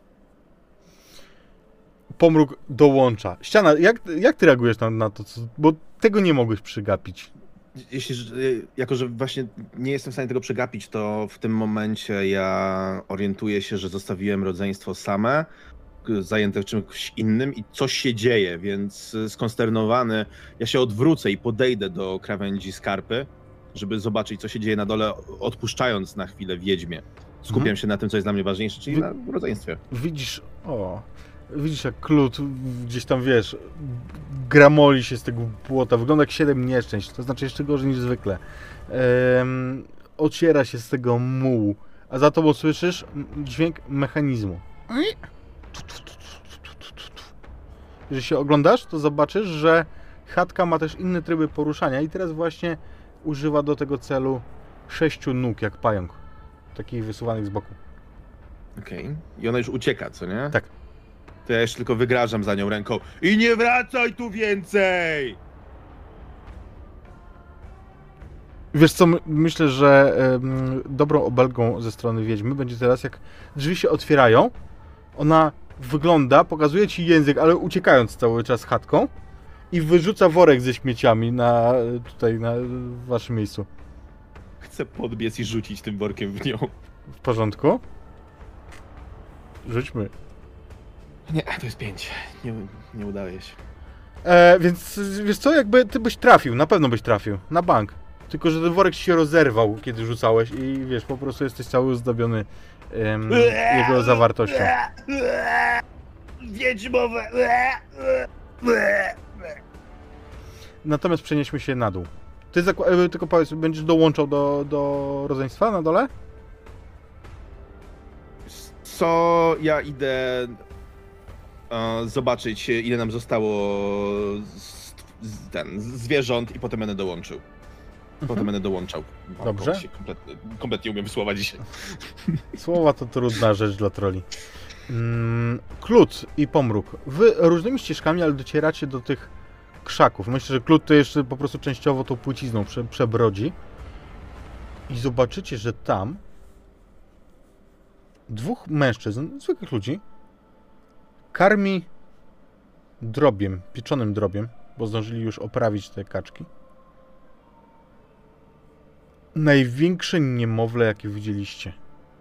Pomruk dołącza. Ściana, jak ty reagujesz na to? Bo tego nie mogłeś przegapić. Jako że właśnie nie jestem w stanie tego przegapić, to w tym momencie ja orientuję się, że zostawiłem rodzeństwo same, zajęte czymś innym i coś się dzieje, więc skonsternowany ja się odwrócę i podejdę do krawędzi skarpy, żeby zobaczyć, co się dzieje na dole, odpuszczając na chwilę wiedźmie. Skupiam się na tym, co jest dla mnie ważniejsze, czyli na rodzeństwie. Widzisz jak Klut gdzieś tam, wiesz, gramoli się z tego błota. Wygląda jak 7 nieszczęść, to znaczy jeszcze gorzej niż zwykle. Ociera się z tego mułu, a za tobą słyszysz dźwięk mechanizmu. Jeżeli się oglądasz, to zobaczysz, że chatka ma też inne tryby poruszania i teraz właśnie używa do tego celu 6 nóg, jak pająk. Takich wysuwanych z boku. Okej. I ona już ucieka, co nie? Tak. To ja jeszcze tylko wygrażam za nią ręką. I nie wracaj tu więcej! Wiesz co, myślę, że dobrą obelgą ze strony wiedźmy będzie teraz, jak drzwi się otwierają, ona wygląda, pokazuje ci język, ale uciekając cały czas chatką i wyrzuca worek ze śmieciami tutaj na waszym miejscu. Chcę podbiec i rzucić tym workiem w nią. W porządku? Rzućmy. Nie, to jest 5. Nie udaje się. Więc wiesz co, jakby ty byś trafił, na pewno byś trafił, na bank. Tylko, że ten worek ci się rozerwał, kiedy rzucałeś i wiesz, po prostu jesteś cały zdobiony jego zawartością. Wiedźmowe! Natomiast przenieśmy się na dół. Ty tylko powiedz, będziesz dołączał do rodzeństwa na dole? Co ja idę zobaczyć, ile nam zostało zwierząt i potem będę dołączył. Potem będę dołączał. Dobrze. Się kompletnie umiem słowa dzisiaj. Słowa to trudna rzecz dla troli. Klut i Pomruk. Wy różnymi ścieżkami, ale docieracie do tych krzaków. Myślę, że Klut to jeszcze po prostu częściowo tą płycizną przebrodzi. I zobaczycie, że tam dwóch mężczyzn, zwykłych ludzi, karmi drobiem, pieczonym drobiem, bo zdążyli już oprawić te kaczki. Największe niemowlę, jakie widzieliście.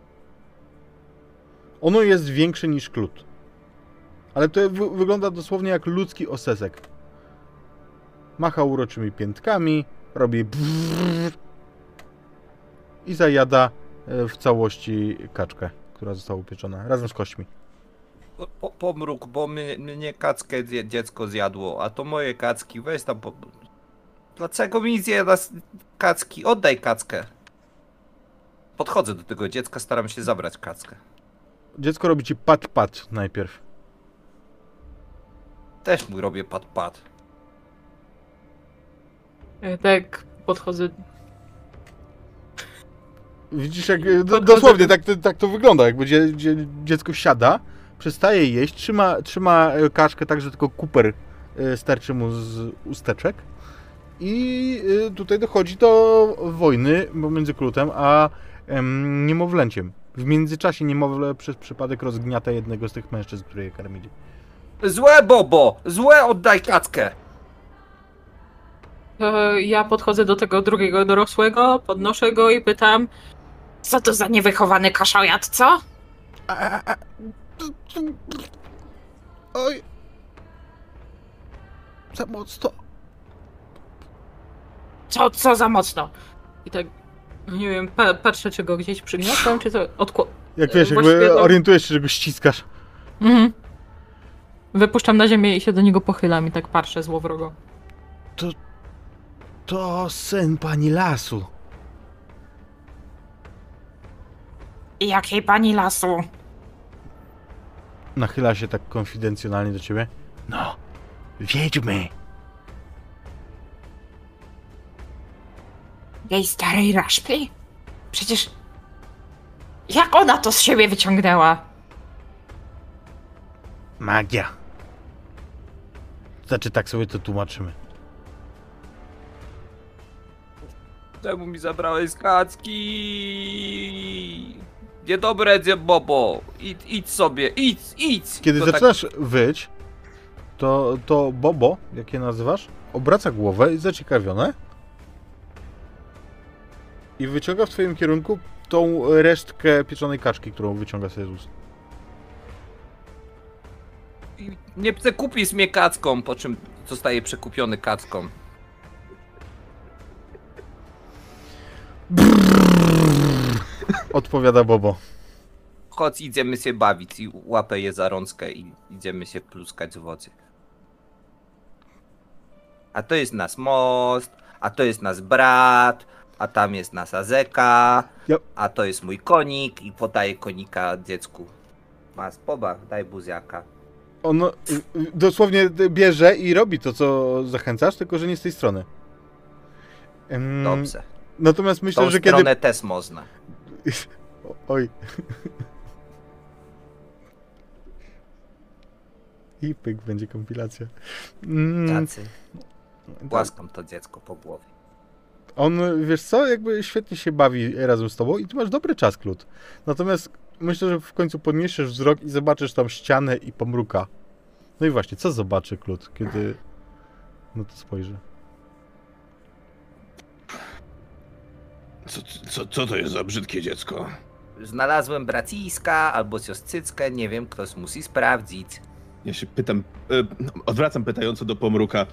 Ono jest większe niż Klut. Ale to wygląda dosłownie jak ludzki osesek. Macha uroczymi piętkami, robi brrr i zajada w całości kaczkę, która została upieczona, razem z kośćmi. Pomruk, bo mnie kackę dziecko zjadło, a to moje kacki, weź tam Dlaczego mi zjada kacki? Oddaj kackę. Podchodzę do tego dziecka, staram się zabrać kackę. Dziecko robi ci pat najpierw. Też mu robię pat. Tak, podchodzę. Widzisz, jak dosłownie tak to wygląda, jakby dziecko siada, przestaje jeść, trzyma kaczkę tak, że tylko kuper starczy mu z usteczek. I tutaj dochodzi do wojny pomiędzy Klutem a niemowlęciem. W międzyczasie niemowlę przez przypadek rozgniata jednego z tych mężczyzn, które je karmili. Złe, Bobo! Złe, oddaj kackę! Ja podchodzę do tego drugiego dorosłego, podnoszę go i pytam: Co to za niewychowany kaszojat, co? Oj. Za mocno. Co za mocno? I tak, nie wiem, patrzę, czy go gdzieś przygniotłem, czy to Jak wiesz, właściwie jakby to- orientujesz się, że go ściskasz. Mhm. Wypuszczam na ziemię i się do niego pochylam i tak patrzę złowrogo. To syn pani lasu. Jakiej pani lasu? Nachyla się tak konfidencjonalnie do ciebie. No, wiedźmy. Jej starej raszpli? Przecież... Jak ona to z siebie wyciągnęła? Magia. Znaczy, tak sobie to tłumaczymy. Czemu mi zabrałeś z kacki? Niedobre, Bobo. Idź sobie, idź. Kiedy To zaczynasz wyć, to Bobo, jak je nazywasz, obraca głowę i zaciekawione i wyciąga w twoim kierunku tą resztkę pieczonej kaczki, którą wyciąga sobie z ust. Nie przekupisz mnie kacką, po czym zostaje przekupiony kacką. Odpowiada Bobo. Chodź, idziemy się bawić i łapę je za rączkę i idziemy się pluskać w wodzie. A to jest nasz most, a to jest nasz brat, a tam jest nasza zeka, Ja- a to jest mój konik i podaję konika dziecku. Masz, pobaw, daj buziaka. On dosłownie bierze i robi to, co zachęcasz, tylko że nie z tej strony. Dobrze. Natomiast myślę, Tą że stronę kiedy... też można. Oj. I pyk, będzie kompilacja. Tacy. Tak. Głaskam to dziecko po głowie. On, wiesz co, jakby świetnie się bawi razem z tobą i ty masz dobry czas, Klut. Natomiast myślę, że w końcu podniesiesz wzrok i zobaczysz tam ścianę i pomruka. No i właśnie, co zobaczy Klut, kiedy no to spojrzy? Co to jest za brzydkie dziecko? Znalazłem braciska albo siostrzyckę, nie wiem, ktoś musi sprawdzić. Ja się pytam, odwracam pytająco do pomruka.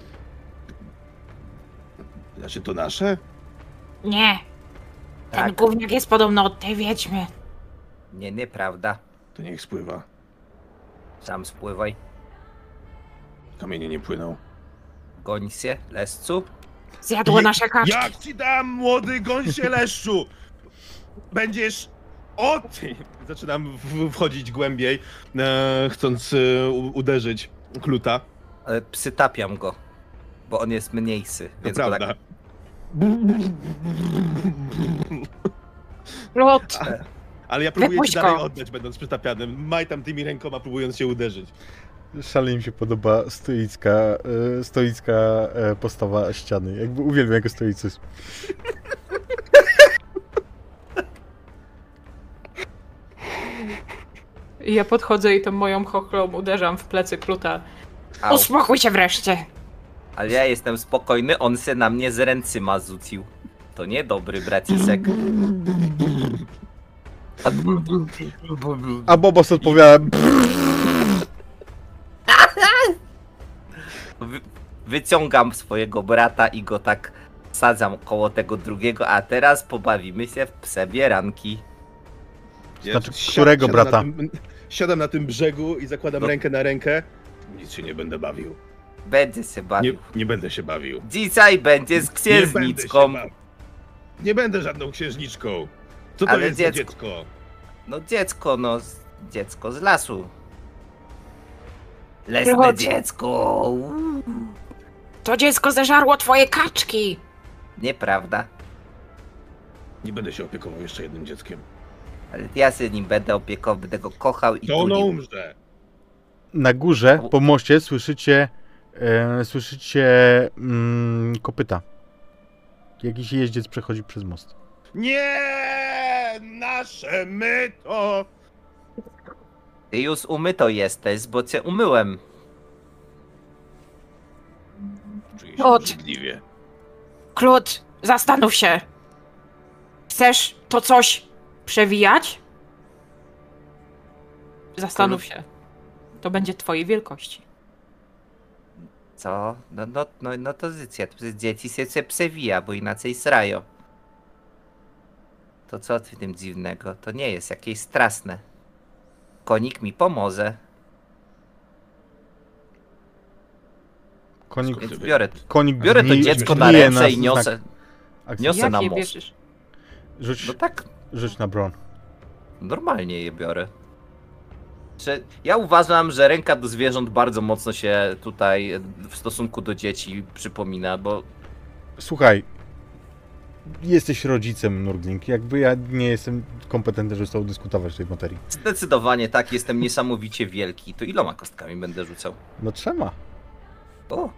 Znaczy to nasze? Nie. Ten Tak. gówniak jest podobno od tej wiedźmy. Nie, nieprawda. To niech spływa. Sam spływaj. Kamienie nie płyną. Goń się, lescu. Zjadło nasze kaczki. Jak ci dam, młody gąsie leszczu! Będziesz... O ty! Zaczynam wchodzić głębiej, chcąc uderzyć Kluta. Ale przytapiam go, bo on jest mniejszy, To więc go prawda. tak... Lot. Ale ja próbuję Wypuść ci dalej go. oddać, będąc przytapianym. Majtam tymi rękoma, próbując się uderzyć. Szalenie mi się podoba stoicka postawa ściany. Jakby uwielbiam jego stoicyzm. I ja podchodzę i tą moją chochlą uderzam w plecy Kluta. Au. Uspokój się wreszcie. Ale ja jestem spokojny, on se na mnie z ręcyma rzucił. To niedobry bracisek. A Bobos odpowiada... Wyciągam swojego brata i go tak sadzam koło tego drugiego, a teraz pobawimy się w pse bieranki. Znaczy, którego brata? Siadam na tym brzegu i zakładam No. rękę na rękę. Nic się nie będę bawił. Będzie się bawił. Nie będę się bawił. Dzisiaj będzie z Nie będę się księżniczką. bawił. Nie będę żadną księżniczką. Co to Ale jest za dziecko. dziecko? No dziecko, dziecko z lasu. Lesne Chodź. dziecko. To dziecko zeżarło twoje kaczki. Nieprawda. Nie będę się opiekował jeszcze jednym dzieckiem. Ale ja się nim będę opiekował, będę go kochał i To ono tulił. umrze. Na górze, po moście, słyszycie kopyta. Jakiś jeździec przechodzi przez most. Nie! Nasze myto! Ty już umyto jesteś, bo cię umyłem. Czuję się Od. obrzydliwie. Klut, zastanów się. Chcesz to coś przewijać? Zastanów się. To będzie twojej wielkości. Co? No to dzieci się przewija, bo inaczej srają. To co w tym dziwnego? To nie jest jakieś straszne. Konik mi pomoże. Konik, Więc biorę to dziecko na ręce i niosę Jak na je most. bierzesz? Rzuć, No tak, rzuć na broń. normalnie je biorę. Ja uważam, że ręka do zwierząt bardzo mocno się tutaj w stosunku do dzieci przypomina, bo Słuchaj, jesteś rodzicem, Nurgling. Jakby ja nie jestem kompetentny, żeby z tobą dyskutować w tej materii. zdecydowanie tak, jestem niesamowicie wielki. To iloma kostkami będę rzucał? No trzema. O!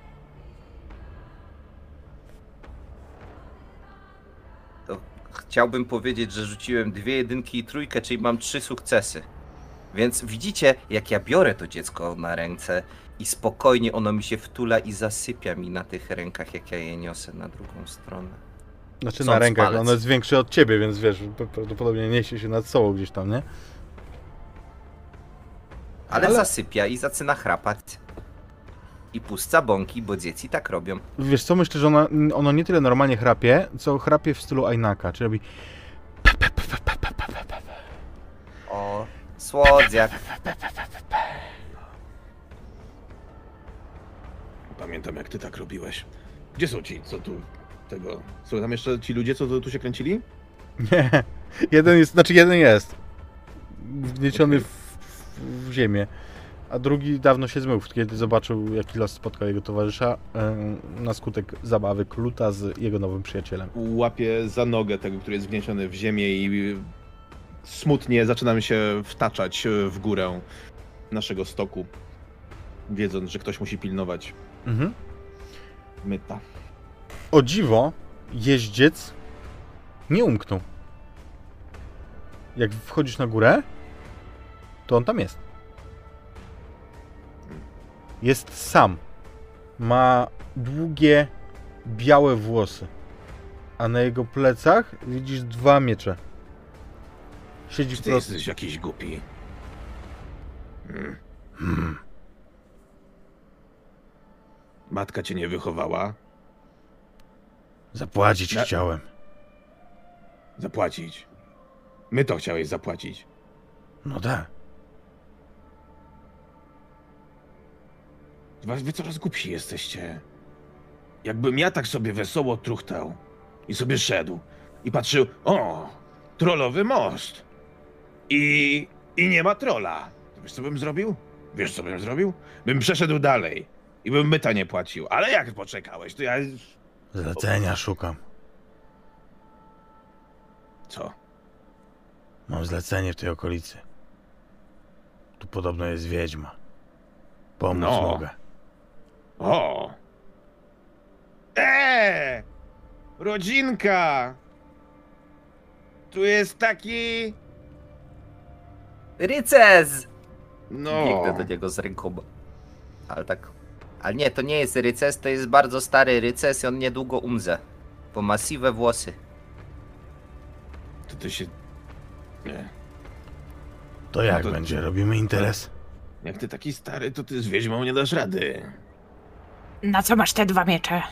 To chciałbym powiedzieć, że rzuciłem 2 jedynki i 3, czyli mam 3 sukcesy. Więc widzicie, jak ja biorę to dziecko na ręce i spokojnie ono mi się wtula i zasypia mi na tych rękach, jak ja je niosę na drugą stronę. Znaczy Sąd na rękach, palec. ono jest większe od ciebie, więc wiesz, prawdopodobnie niesie się nad sobą gdzieś tam, nie? Ale zasypia i zaczyna chrapać. I puszcza bąki, bo dzieci tak robią. Wiesz co, myślę, że ono nie tyle normalnie chrapie, co chrapie w stylu Ainaka, czyli robi... O, słodziak. Pamiętam, jak ty tak robiłeś. Gdzie są ci, co tu tego... Są tam jeszcze ci ludzie, co tu się kręcili? Nie, jeden jest. Wniesiony w ziemię. A drugi dawno się zmył, kiedy zobaczył, jaki los spotkał jego towarzysza na skutek zabawy Kluta z jego nowym przyjacielem. Łapię za nogę tego, który jest wniesiony w ziemię i smutnie zaczynam się wtaczać w górę naszego stoku, wiedząc, że ktoś musi pilnować Mhm. myta. O dziwo, jeździec nie umknął. Jak wchodzisz na górę, to on tam jest. Jest sam. Ma długie, białe włosy. A na jego plecach widzisz 2 miecze. Siedzi Czy ty wprost. jesteś jakiś głupi? Matka cię nie wychowała? Zapłacić Na- chciałem. Zapłacić. My to chciałeś zapłacić. No tak. Wy coraz głupsi jesteście. Jakbym ja tak sobie wesoło truchtał i sobie szedł i patrzył, o, trollowy most. I nie ma trolla. To wiesz, co bym zrobił? Wiesz, co bym zrobił? Bym przeszedł dalej i bym myta nie płacił. Ale jak poczekałeś, to ja... Zlecenia szukam. Co? Mam zlecenie w tej okolicy. Tu podobno jest wiedźma. Pomóc No. mogę. O! Rodzinka! Tu jest taki... Rycerz! No... Biegnę do niego z rękoma. Ale tak... Ale nie, to nie jest rycerz, to jest bardzo stary rycerz i on niedługo umrze. Bo ma siwe włosy. To ty się... Nie. To jak No to- będzie? Robimy interes? Jak ty taki stary, to ty z wiedźmą nie dasz rady. Na co masz te 2 miecze?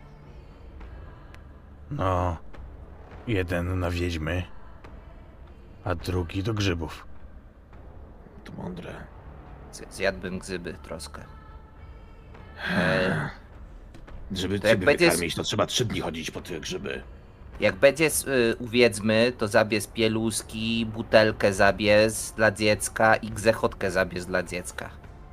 No. Jeden na wiedźmy, a drugi do grzybów. To mądre. Zjadłbym grzyby troszkę. Żeby To jak ciebie będziesz- wykarmić, to trzeba 3 dni chodzić po te grzyby. Jak będzie u wiedźmy, to zabierz pieluszki, butelkę zabierz dla dziecka i grzechotkę zabierz dla dziecka.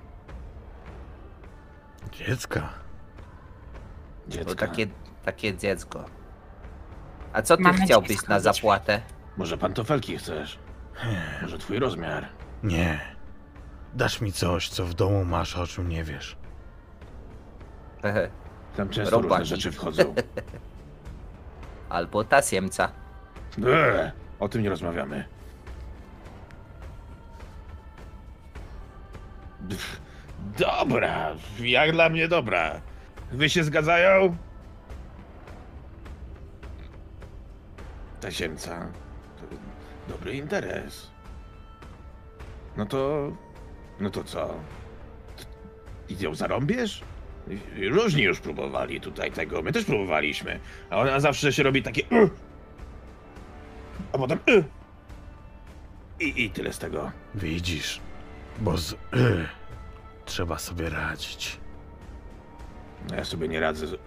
Dziecka. Bo Dziecka. takie dziecko. A co ty Mamy chciałbyś dziecko, na wiedźmy. zapłatę? Może pantofelki chcesz? Może twój rozmiar? Nie. Dasz mi coś, co w domu masz, a o czym nie wiesz. Hehe. Tam często różne Robaki. rzeczy wchodzą. Albo tasiemca. O tym nie rozmawiamy. Dobra, jak dla mnie dobra. Wy się zgadzają? Tasiemca. Dobra. dobry interes. No to... No to co? I ją zarąbiesz? Różni już próbowali tutaj tego, my też próbowaliśmy. A ona zawsze się robi takie... A potem... I tyle z tego. Widzisz, bo z trzeba sobie radzić. No ja sobie nie radzę z...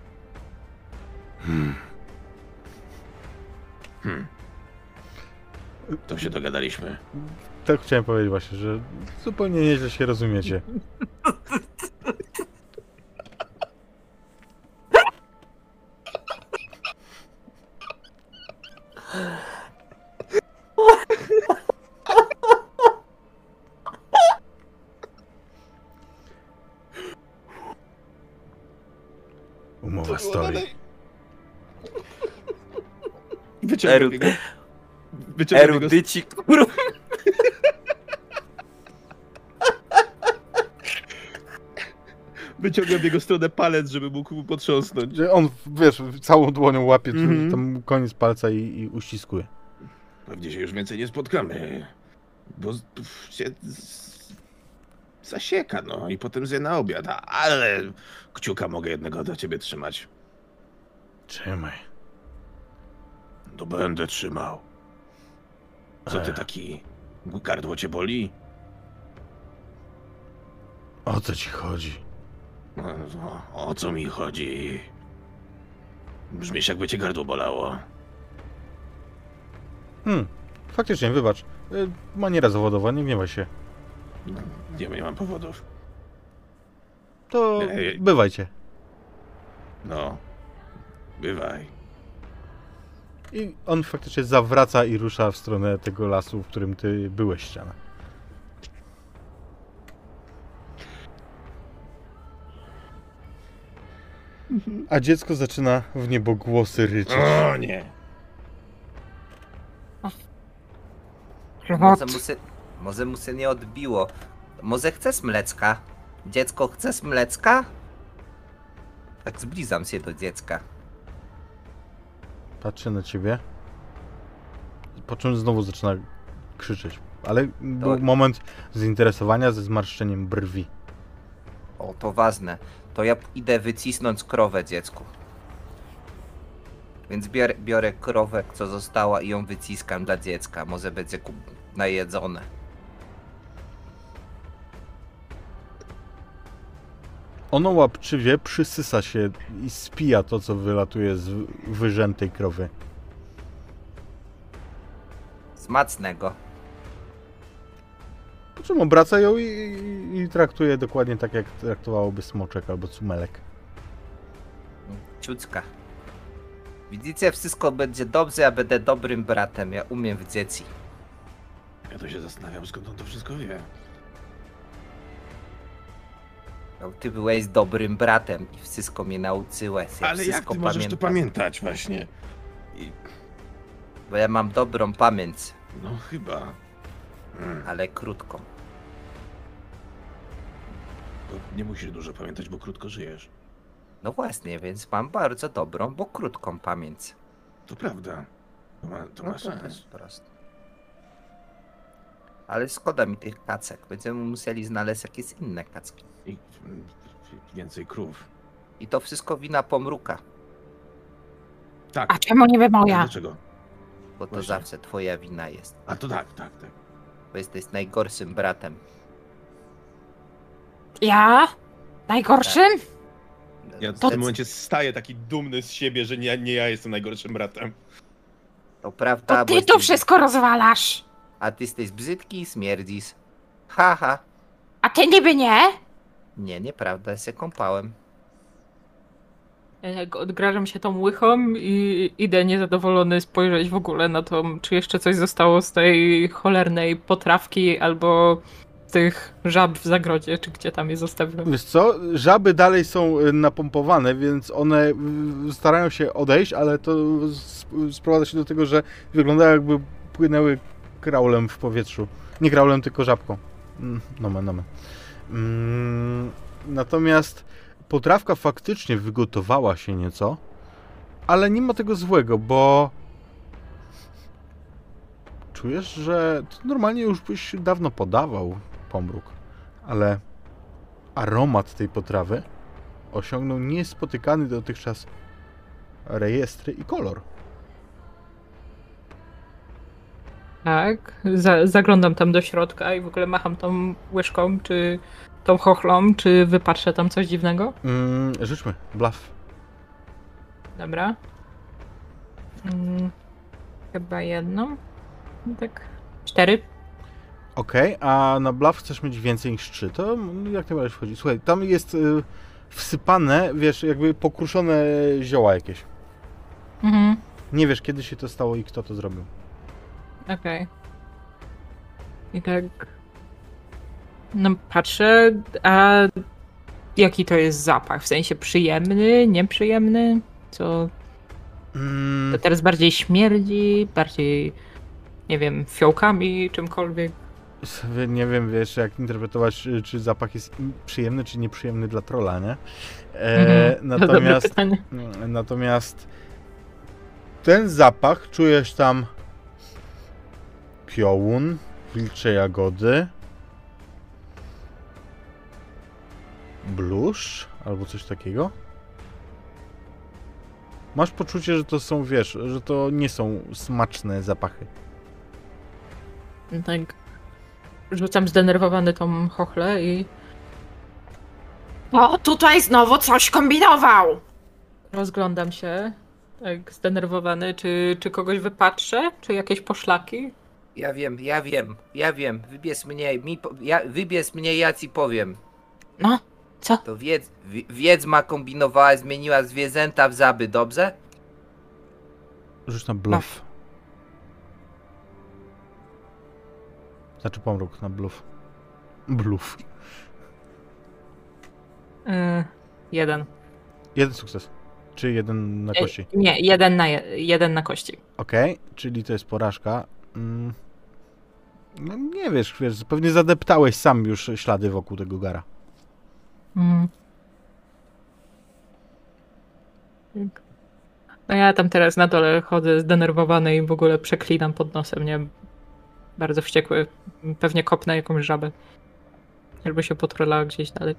To się dogadaliśmy. Tak chciałem powiedzieć właśnie, że zupełnie nieźle się rozumiecie. Umowa stoi. Wyciągam jego... Wyciągam jego... Erudyci, kurwa. Wyciągam w jego stronę palec, żeby mógł potrząsnąć. Że on, wiesz, całą dłonią łapie tam koniec palca i uściskuje. Pewnie się już więcej nie spotkamy. Bo się zasieka, no i potem zje na obiad. Ale kciuka mogę jednego dla ciebie trzymać. Trzymaj. To będę trzymał. Co ty taki... Gardło cię boli? O co ci chodzi? O co mi chodzi? Brzmisz, jakby cię gardło bolało. Faktycznie, wybacz. Maniera zawodowa, nie gniewaj się. Nie mam powodów. To bywajcie. No, bywaj. I on faktycznie zawraca i rusza w stronę tego lasu, w którym ty byłeś, ściana. A dziecko zaczyna w niebogłosy ryczeć. O nie! Może mu się nie odbiło. Może chcesz mleczka? Dziecko, chcesz mleczka? Tak zbliżam się do dziecka. Patrzę na ciebie. Po czym znowu zaczyna krzyczeć. Ale był moment zainteresowania ze zmarszczeniem brwi. O, to ważne. To ja idę wycisnąć krowę dziecku. Więc biorę krowę, co została i ją wyciskam dla dziecka. Może będzie najedzone. Ono łapczywie przysysa się i spija to, co wylatuje z wyrzętej krowy. Smacznego. Po czym obraca ją i traktuje dokładnie tak, jak traktowałoby smoczek albo cumelek. Ciucka. Widzicie, wszystko będzie dobrze, ja będę dobrym bratem. Ja umiem w dzieci. Ja to się zastanawiam, skąd on to wszystko wie. No, ty byłeś dobrym bratem i wszystko mnie nauczyłeś. Ja Ale jak ty możesz to pamiętać właśnie? Bo ja mam dobrą pamięć. No chyba. Ale krótką. To nie musisz dużo pamiętać, bo krótko żyjesz. No właśnie, więc mam bardzo dobrą, bo krótką pamięć. To prawda. To ma sens. Prosto. Ale szkoda mi tych kacek. Będziemy musieli znaleźć jakieś inne kacki. I więcej krów. I to wszystko wina Pomruka. Tak. A czemu niby moja? Dlaczego? Bo to Właśnie. zawsze twoja wina jest. A to tak. Bo jesteś najgorszym bratem. Ja? Najgorszym? Ja w To- tym momencie staję taki dumny z siebie, że nie ja jestem najgorszym bratem. To prawda, To bo ty tu jesteś... wszystko rozwalasz. A ty jesteś brzydki i śmierdzisz. Haha. A ty niby nie? Nie, nieprawda, ja się kąpałem. Jak odgrażam się tą łychą i idę niezadowolony spojrzeć w ogóle na to, czy jeszcze coś zostało z tej cholernej potrawki albo tych żab w zagrodzie, czy gdzie tam je zostawiłem. Wiesz co, żaby dalej są napompowane, więc one starają się odejść, ale to sprowadza się do tego, że wyglądają, jakby płynęły kraulem w powietrzu. Nie kraulem, tylko żabką. Nomen. Natomiast potrawka faktycznie wygotowała się nieco, ale nie ma tego złego, bo czujesz, że ty normalnie już byś dawno podawał pomruk, ale aromat tej potrawy osiągnął niespotykany dotychczas rejestry i kolor. Tak, zaglądam tam do środka i w ogóle macham tą łyżką, czy tą chochlą, czy wypatrzę tam coś dziwnego. Życzmy, bluff. Dobra. Chyba jedną. Tak. 4. Okej, a na bluff chcesz mieć więcej niż 3, to jak najbardziej wchodzi. Słuchaj, tam jest wsypane, wiesz, jakby pokruszone zioła jakieś. Mhm. Nie wiesz, kiedy się to stało i kto to zrobił. Okej. I tak... No patrzę, a jaki to jest zapach? W sensie przyjemny, nieprzyjemny? Co? To teraz bardziej śmierdzi, bardziej, nie wiem, fiołkami, czymkolwiek. Nie wiem, wiesz, jak interpretować, czy zapach jest przyjemny, czy nieprzyjemny dla trolla, nie? To dobre pytanie. Natomiast ten zapach czujesz tam piołun, wilcze jagody, bluszcz albo coś takiego. Masz poczucie, że to są, wiesz, że to nie są smaczne zapachy. Tak. Rzucam zdenerwowany tą chochlę i O, tutaj znowu coś kombinował! rozglądam się. Tak, zdenerwowany. Czy kogoś wypatrzę? Czy jakieś poszlaki? Ja wiem. Wybierz mnie, ja ci powiem. No, co? To wiedźma kombinowała, zmieniła zwierzęta w żaby, dobrze? Rzuć na bluff. Znaczy pomruk na bluff. Bluff. 1. Jeden sukces. Czy jeden na kości? Nie, jeden na kości. Okej, czyli to jest porażka. No nie wiesz, pewnie zadeptałeś sam już ślady wokół tego gara. No ja tam teraz na dole chodzę zdenerwowany i w ogóle przeklinam pod nosem, nie? Bardzo wściekły. Pewnie kopnę jakąś żabę. Żeby się potrolała gdzieś dalej.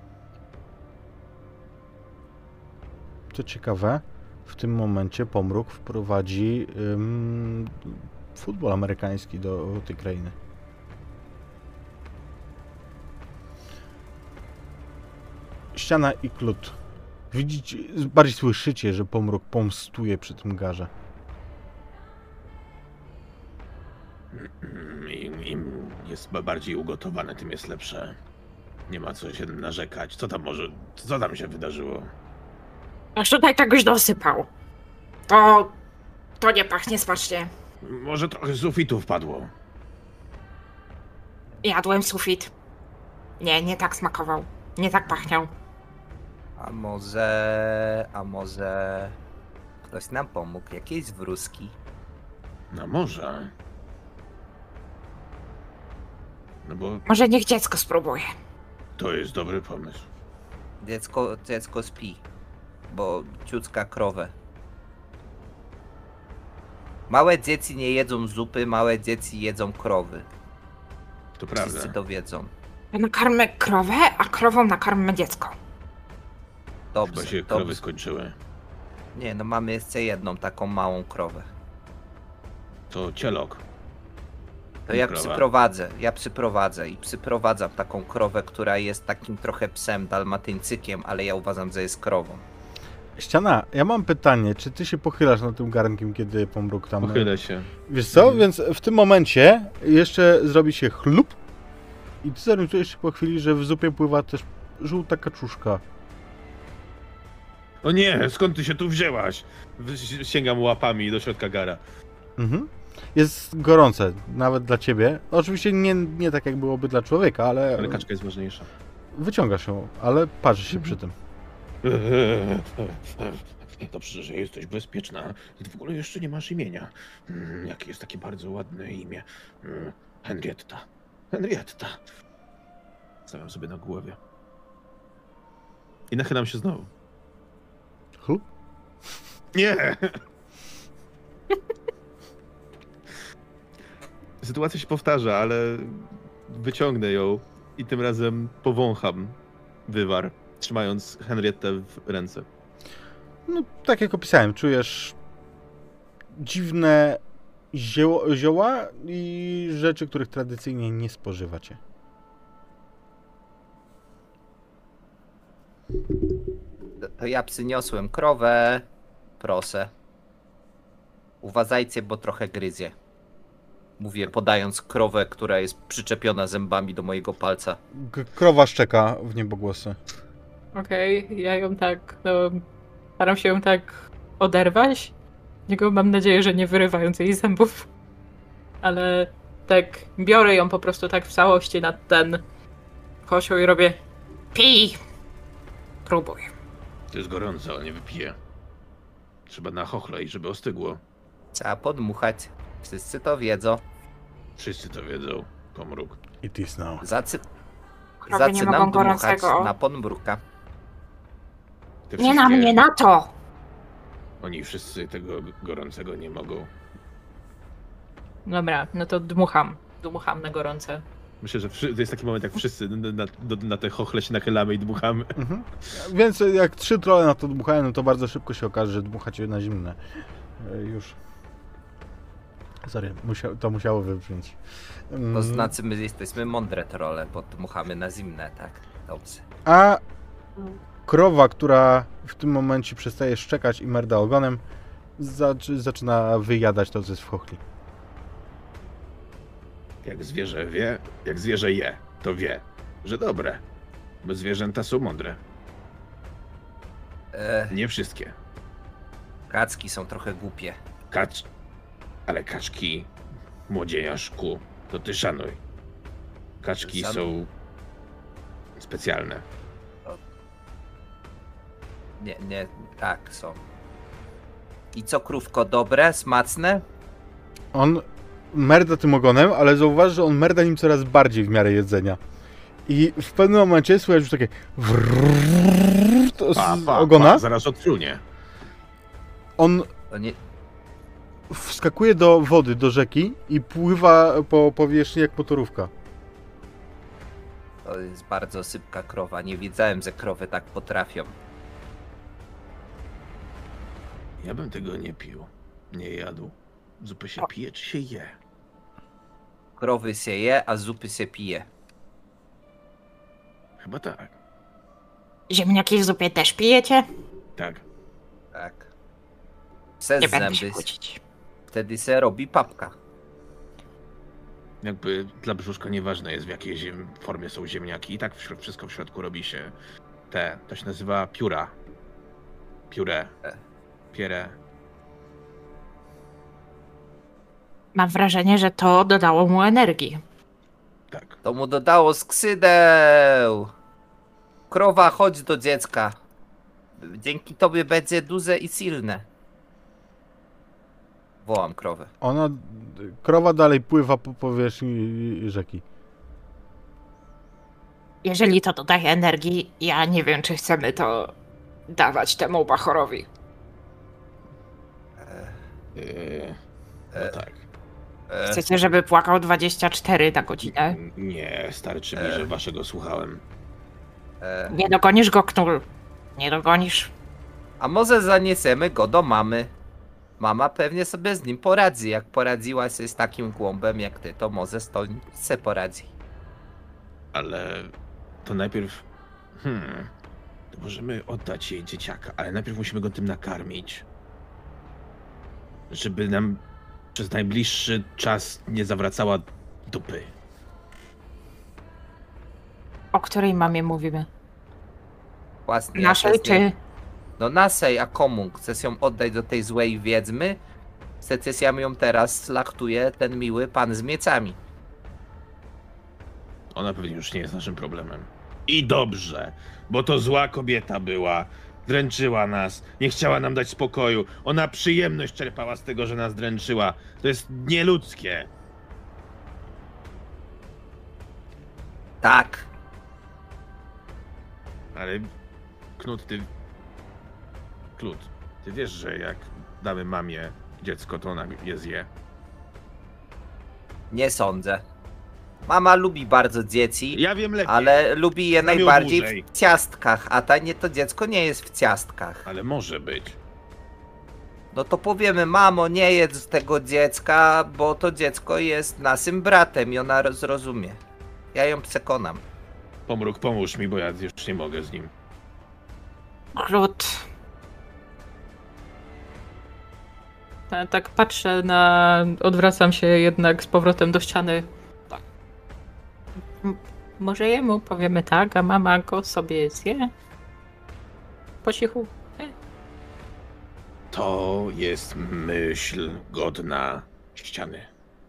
Co ciekawe, w tym momencie pomruk wprowadzi futbol amerykański do tej krainy. Ściana i Klut. Widzicie, bardziej słyszycie, że pomruk pomstuje przy tym garze. Im jest bardziej ugotowane, tym jest lepsze. Nie ma co się narzekać. Co tam się wydarzyło? Aż tutaj czegoś dosypał. To nie pachnie smacznie. Może trochę sufitu wpadło. Jadłem sufit. Nie tak smakował. Nie tak pachniał. A może ktoś nam pomógł, jakieś wróżki? No może. No bo Może niech dziecko spróbuje. to jest dobry pomysł. Dziecko śpi, bo ciucka krowę. Małe dzieci nie jedzą zupy, małe dzieci jedzą krowy. To prawda. Wszyscy to wiedzą. Ja nakarmę krowę, a krową nakarmę dziecko. Dobrze, Chyba się krowy skończyły. Nie, no mamy jeszcze jedną taką małą krowę. To cielok. To ja Krowa. przyprowadzę i przyprowadzam taką krowę, która jest takim trochę psem, dalmatyńczykiem, ale ja uważam, że jest krową. Ściana, ja mam pytanie, czy ty się pochylasz nad tym garnkiem, kiedy pomruk tam... Pochylę się. Wiesz co, więc w tym momencie jeszcze zrobi się chlup i ty zorientujesz się po chwili, że w zupie pływa też żółta kaczuszka. O nie, skąd ty się tu wzięłaś? Sięgam łapami do środka gara. Mhm. Jest gorące, nawet dla ciebie. Oczywiście nie tak, jak byłoby dla człowieka, ale... Ale kaczka jest ważniejsza. Wyciągasz ją, ale patrzysz się przy tym. Dobrze, że jesteś bezpieczna. Ty w ogóle jeszcze nie masz imienia. Jakie jest takie bardzo ładne imię. Henrietta. Henrietta. Stawiam sobie na głowie. I nachylam się znowu. Chlup? Nie! sytuacja się powtarza, ale wyciągnę ją i tym razem powącham wywar, trzymając Henriette w ręce. No, tak jak opisałem, czujesz dziwne zioła i rzeczy, których tradycyjnie nie spożywacie. To ja przyniosłem krowę. Proszę. Uważajcie, bo trochę gryzie. Mówię, podając krowę, która jest przyczepiona zębami do mojego palca. Krowa szczeka w niebogłosy. Okej, ja ją tak, no, staram się ją tak oderwać. Niego mam nadzieję, że nie wyrywając jej zębów. Ale tak biorę ją po prostu tak w całości na ten kosioł i robię pij. Próbuj. To jest gorąco, nie wypiję. Trzeba na chochlej, żeby ostygło. Trzeba podmuchać. Wszyscy to wiedzą. Wszyscy to wiedzą, Pomruk. It is now. Krowy nie mogą dmuchać gorącego. na podmruka. Te Nie na wszystkie- mnie, na to! Oni wszyscy tego gorącego nie mogą. Dobra, no to dmucham. Dmucham na gorące. Myślę, że to jest taki moment, jak wszyscy na te chochle się nachylamy i dmuchamy. Mhm. Więc jak 3 trolle na to dmuchają, no to bardzo szybko się okaże, że dmuchacie na zimne. Już. Sorry, to musiało wybrzmieć. To znaczy, my jesteśmy mądre trolle, bo dmuchamy na zimne, tak? Dobrze. A krowa, która w tym momencie przestaje szczekać i merda ogonem, zaczyna wyjadać to, co jest w chochli. Jak zwierzę wie, jak zwierzę je, to wie, że dobre. Bo zwierzęta są mądre. Nie wszystkie. Kacki są trochę głupie. Ale kaczki, młodzieniaszku, to ty szanuj. Kaczki są specjalne. Nie, tak są. I co, krówko, dobre, smaczne? On merda tym ogonem, ale zauważ, że on merda nim coraz bardziej w miarę jedzenia. I w pewnym momencie słychać już takie z ogona. Zaraz odfrunie. On To nie... wskakuje do wody, do rzeki i pływa po powierzchni jak motorówka. To jest bardzo sypka krowa. Nie wiedziałem, że krowy tak potrafią. Ja bym tego nie pił. Nie jadł. Zupy się pije, czy się je? Krowy się je, a zupy się pije. Chyba tak. Ziemniaki w zupie też pijecie? Tak. Tak. Przez Nie będę się zęby. kłócić. Wtedy se robi papka. Jakby dla brzuszka nieważne jest, w jakiej formie są ziemniaki. I tak wszystko w środku robi się to się nazywa pióra. Pióre. Pierę. Mam wrażenie, że to dodało mu energii. Tak. To mu dodało skrzydeł. Krowa, chodź do dziecka. Dzięki tobie będzie duże i silne. Wołam krowę. Krowa dalej pływa po powierzchni rzeki. Jeżeli to dodaje energii, ja nie wiem, czy chcemy to dawać temu bachorowi. No tak. Chcecie, żeby płakał 24 na godzinę? Nie, starczy mi, że waszego słuchałem. Nie dogonisz go, Knul. Nie dogonisz. A może zaniesiemy go do mamy? Mama pewnie sobie z nim poradzi. Jak poradziła się z takim głąbem jak ty, to może se poradzi. Ale to najpierw... To możemy oddać jej dzieciaka, ale najpierw musimy go tym nakarmić. Żeby nam przez najbliższy czas nie zawracała dupy. O której mamie mówimy? Własnie. Naszej czy... No naszej, a komu? Chcesz ją oddać do tej złej wiedźmy? Chcesz ją teraz slachtuje ten miły pan z miecami. Ona pewnie już nie jest naszym problemem. I dobrze, bo to zła kobieta była. Dręczyła nas, nie chciała nam dać spokoju. Ona przyjemność czerpała z tego, że nas dręczyła. To jest nieludzkie. Tak. Ale Knut, ty wiesz, że jak damy mamie dziecko, to ona je zje. Nie sądzę. Mama lubi bardzo dzieci, Ja wiem lepiej. ale lubi je Znam ją najbardziej dłużej. w ciastkach, a to dziecko nie jest w ciastkach. Ale może być. No to powiemy, mamo, nie jedz tego dziecka, bo to dziecko jest naszym bratem i ona zrozumie. Ja ją przekonam. Pomruk, pomóż mi, bo ja już nie mogę z nim. Glut. Tak patrzę odwracam się jednak z powrotem do ściany. Może jemu powiemy tak, a mama go sobie zje? Po cichu. To jest myśl godna ściany.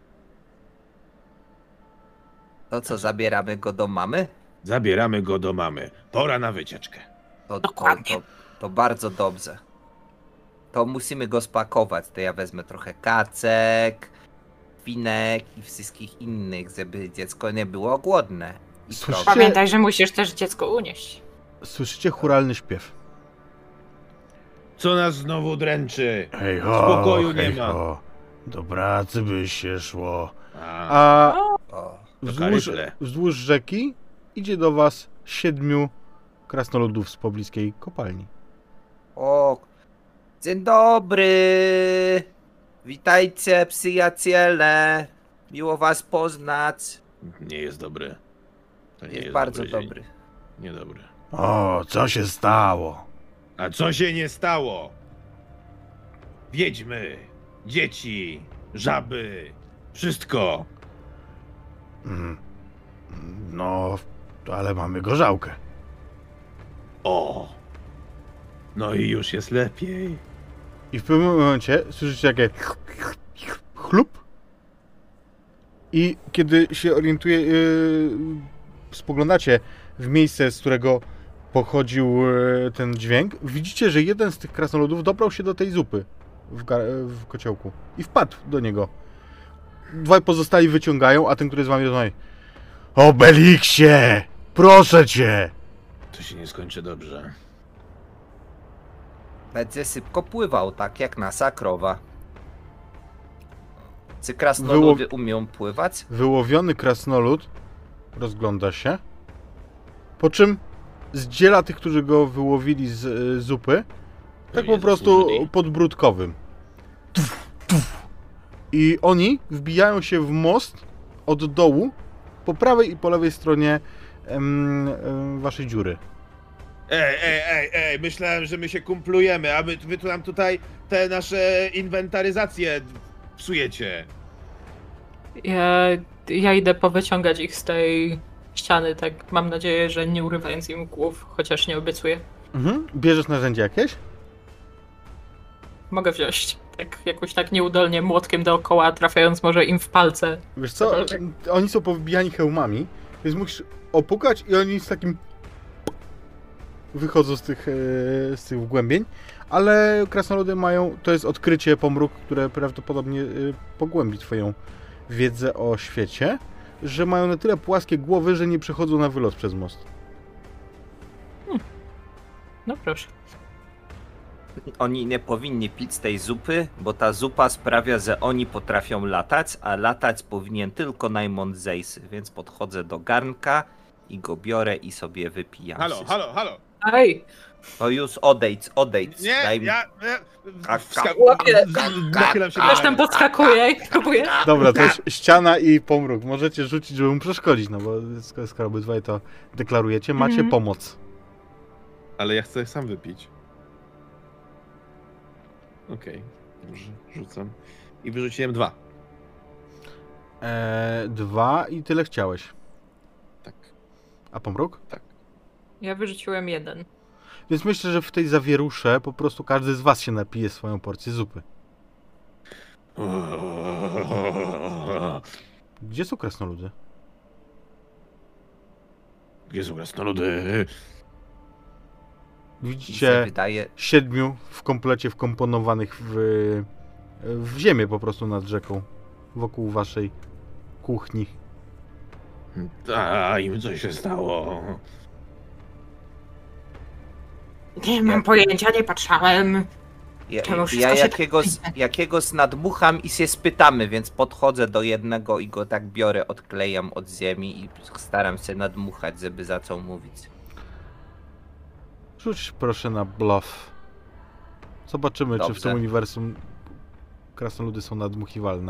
To co, zabieramy go do mamy? Zabieramy go do mamy. Pora na wycieczkę. Dokładnie. To bardzo dobrze. To musimy go spakować. To ja wezmę trochę kacek, winek i wszystkich innych, żeby dziecko nie było głodne. I Słyszycie? proszę. Pamiętaj, że musisz też dziecko unieść. Słyszycie chóralny śpiew. Co nas znowu dręczy? Hej ho, Spokoju nie hej ma. ho. Do pracy by się szło. A, A O, karytle. wzdłuż rzeki idzie do was 7 krasnoludów z pobliskiej kopalni. o, dzień dobry. Witajcie, przyjaciele. Miło was poznać. nie jest dobry. To nie Jest bardzo dobry dzień. dobry. Niedobry. O, co się stało? A co się nie stało? Wiedźmy, dzieci, żaby, wszystko. Mm, No, ale mamy gorzałkę. O! No i już jest lepiej. I w pewnym momencie słyszycie takie chlup. I kiedy się orientuje, spoglądacie w miejsce, z którego pochodził ten dźwięk, widzicie, że jeden z tych krasnoludów dobrał się do tej zupy w kociołku i wpadł do niego. Dwaj pozostali wyciągają, a ten, który z wami rozmawia: Obeliksie! Proszę cię! To się nie skończy dobrze. Będzie szybko pływał, tak jak nasza krowa. Czy krasnoludy umią pływać? Wyłowiony krasnolud rozgląda się, po czym zdziela tych, którzy go wyłowili z zupy, tak Pewnie po prostu zasłużyli. podbródkowym. I oni wbijają się w most od dołu, po prawej i po lewej stronie waszej dziury. Ej, myślałem, że my się kumplujemy, a wy tu nam tutaj te nasze inwentaryzacje psujecie. Ja idę powyciągać ich z tej ściany, tak mam nadzieję, że nie urywając im głów, chociaż nie obiecuję. Bierzesz narzędzie jakieś? Mogę wziąć tak jakoś tak nieudolnie młotkiem dookoła, trafiając może im w palce. Wiesz co, oni są powbijani hełmami, więc musisz opukać i oni z takim wychodzą z tych wgłębień, ale krasnoludy mają, to jest odkrycie pomruk, które prawdopodobnie pogłębi twoją wiedzę o świecie, że mają na tyle płaskie głowy, że nie przechodzą na wylot przez most. No proszę. Oni nie powinni pić tej zupy, bo ta zupa sprawia, że oni potrafią latać, a latać powinien tylko najmądrzejszy, więc podchodzę do garnka i go biorę i sobie wypijam. Halo. Ej! No już odejdź. Nie, Daj mi... ja Łapie. nachylam się do Ktoś tam garnka. podskakuje i próbuje. Dobra, to jest ściana i pomruk. Możecie rzucić, żeby mu przeszkodzić, no bo skoro obydwaj to deklarujecie, macie pomoc. Ale ja chcę sam wypić. Okej, dobrze, rzucam. I wyrzuciłem 2. 2 i tyle chciałeś. Tak. A pomruk? Ja wyrzuciłem 1. Więc myślę, że w tej zawierusze po prostu każdy z was się napije swoją porcję zupy. Gdzie są krasnoludy? Gdzie są krasnoludy? Mi się Widzicie wydaje, 7 w komplecie wkomponowanych w ziemię po prostu nad rzeką. Wokół waszej kuchni. A im coś się stało. Nie mam pojęcia, nie patrzałem. Czemu Ja wszystko się jakiegoś nadmucham i się spytamy, więc podchodzę do jednego i go tak biorę, odklejam od ziemi i staram się nadmuchać, żeby zaczął mówić. Rzuć proszę na bluff. Zobaczymy, czy w Dobrze. tym uniwersum krasnoludy są nadmuchiwalne.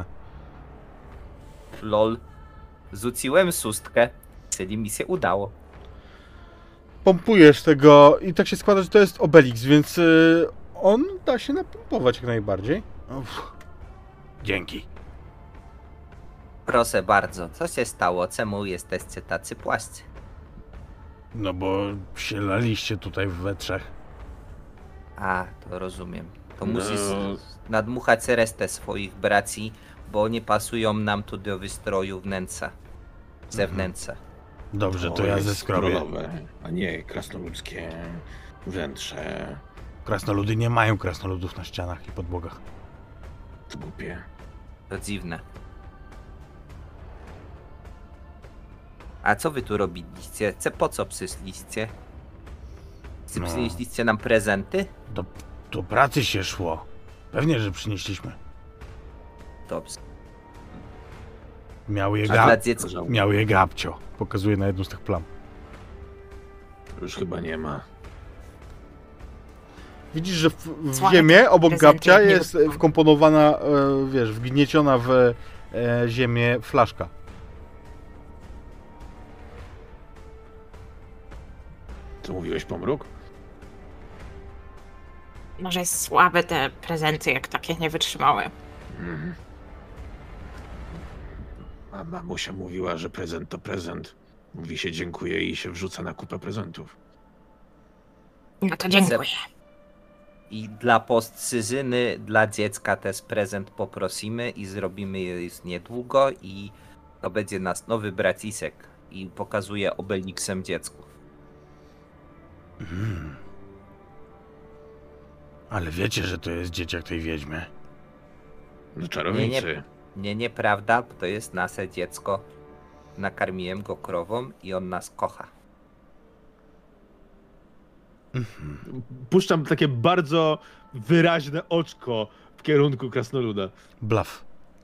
Lol. Rzuciłem szóstkę, czyli mi się udało. Pompujesz tego i tak się składa, że to jest Obelix, więc on da się napompować jak najbardziej. Uff. Dzięki. Proszę bardzo, co się stało? Czemu jesteście tacy płascy? No bo się laliście tutaj we trzech. A, to rozumiem. To No. musisz nadmuchać resztę swoich braci, bo nie pasują nam tu do wystroju wnętrza. Zewnętrza. Dobrze, to ja jest zeskrobię. trollowe, a nie krasnoludzkie wnętrze. Krasnoludy nie mają krasnoludów na ścianach i podłogach. To głupie. To dziwne. A co wy tu robiliście? Po co przyszliście? Czy No. przynieśliście nam prezenty? Do pracy się szło. Pewnie, że przynieśliśmy. Dobrze. Miał je Gabcio. Pokazuje na jedną z tych plam. To już chyba nie ma. Widzisz, że w Słabe ziemię obok prezenty, Gabcia jak nie jest dostałem. wkomponowana, wiesz, wgnieciona w ziemię flaszka. Co mówiłeś, Pomruk? Może słabe te prezenty, jak takie nie wytrzymały. Mhm. A mamusia mówiła, że prezent to prezent. Mówi się dziękuję i się wrzuca na kupę prezentów. No to dziękuję. I dla postsyzyny, dla dziecka też prezent poprosimy i zrobimy je już niedługo i to będzie nasz nowy bracisek. I pokazuje Obelixem dziecku. Ale wiecie, że to jest dzieciak tej wiedźmy. No czarownicy. Nieprawda, to jest nasze dziecko. Nakarmiłem go krową i on nas kocha. Puszczam takie bardzo wyraźne oczko w kierunku krasnoluda. Bluff.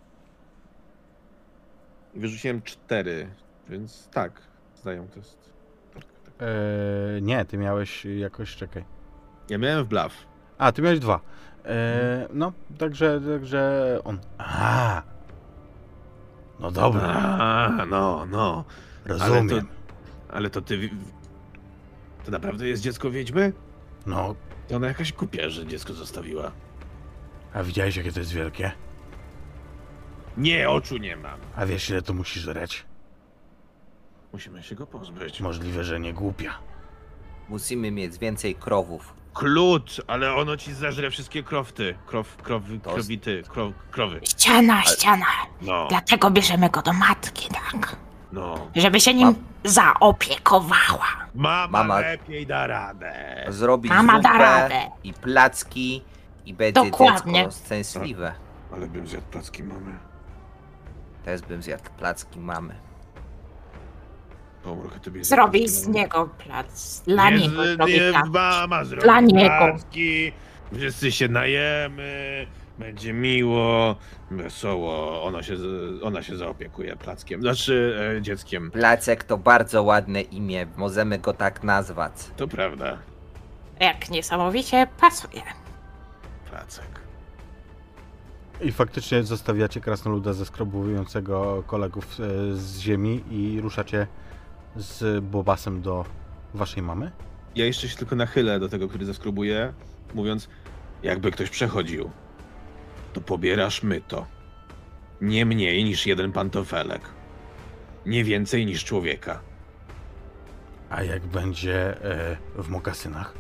Wyrzuciłem 4, więc tak, zdaję test. Nie, ty miałeś jakoś, czekaj. Ja miałem w bluff. A, ty miałeś 2. No, także on. Aha. No dobra, A, no. rozumiem. Ale to ty... To naprawdę jest dziecko wiedźmy? No, To ona jakaś głupia, że dziecko zostawiła. a widziałeś, jakie to jest wielkie? Nie, oczu nie mam. A wiesz, ile to musi żreć? Musimy się go pozbyć. Możliwe, że nie głupia. Musimy mieć więcej krowów. Klucz, ale ono ci zażre wszystkie krowty. Krowy. Ściana. No, Dlatego bierzemy go do matki, tak. no. Żeby się nim zaopiekowała. Mama lepiej da radę. Zrobić Mama da zupę radę. i placki i będzie Dokładnie. dziecko szczęśliwe. Ale bym zjadł placki mamy. Też bym zjadł placki mamy. Pomruk, tobie Zrobię z niego plac. Dla niego zrobię plac. Mama zrobi Dla niego. placki. Wszyscy się najemy. Będzie miło, wesoło. Ona się zaopiekuje plackiem. Znaczy dzieckiem. Placek to bardzo ładne imię, możemy go tak nazwać. To prawda. Jak niesamowicie pasuje. Placek. I faktycznie zostawiacie krasnoluda zeskrobowującego kolegów z ziemi i ruszacie z Bobasem do waszej mamy? Ja jeszcze się tylko nachylę do tego, który zaskrobuje, mówiąc, Jakby ktoś przechodził, to pobierasz myto. Nie mniej niż jeden pantofelek. Nie więcej niż człowieka. A jak będzie w mokasynach?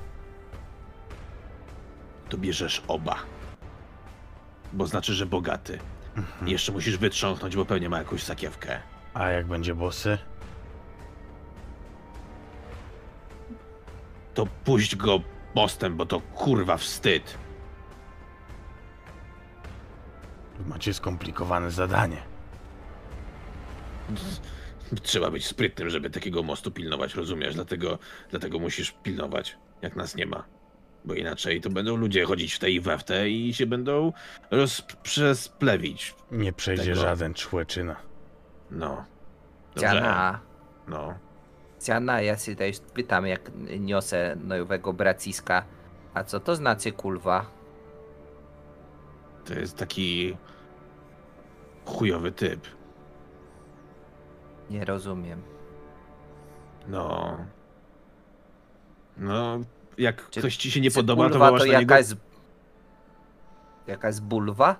To bierzesz oba. Bo znaczy, że bogaty. I jeszcze musisz wytrząsnąć, bo pewnie ma jakąś sakiewkę. A jak będzie bosy? To puść go mostem, bo to kurwa wstyd. Macie skomplikowane zadanie. Trzeba być sprytnym, żeby takiego mostu pilnować, rozumiesz? Dlatego musisz pilnować, jak nas nie ma. Bo inaczej to będą ludzie chodzić w tej i we w te i się będą przesplewić. Nie przejdzie Tego. żaden człeczyna. No. Dobrze. Ciana, No. Ciana, ja się tutaj pytam, jak niosę nowego braciska. A co to znaczy kulwa? To jest taki chujowy typ. Nie rozumiem. No. No, jak Czy- ktoś ci się nie Czy podoba, to kulwa wołasz to na niego... jakaś bulwa?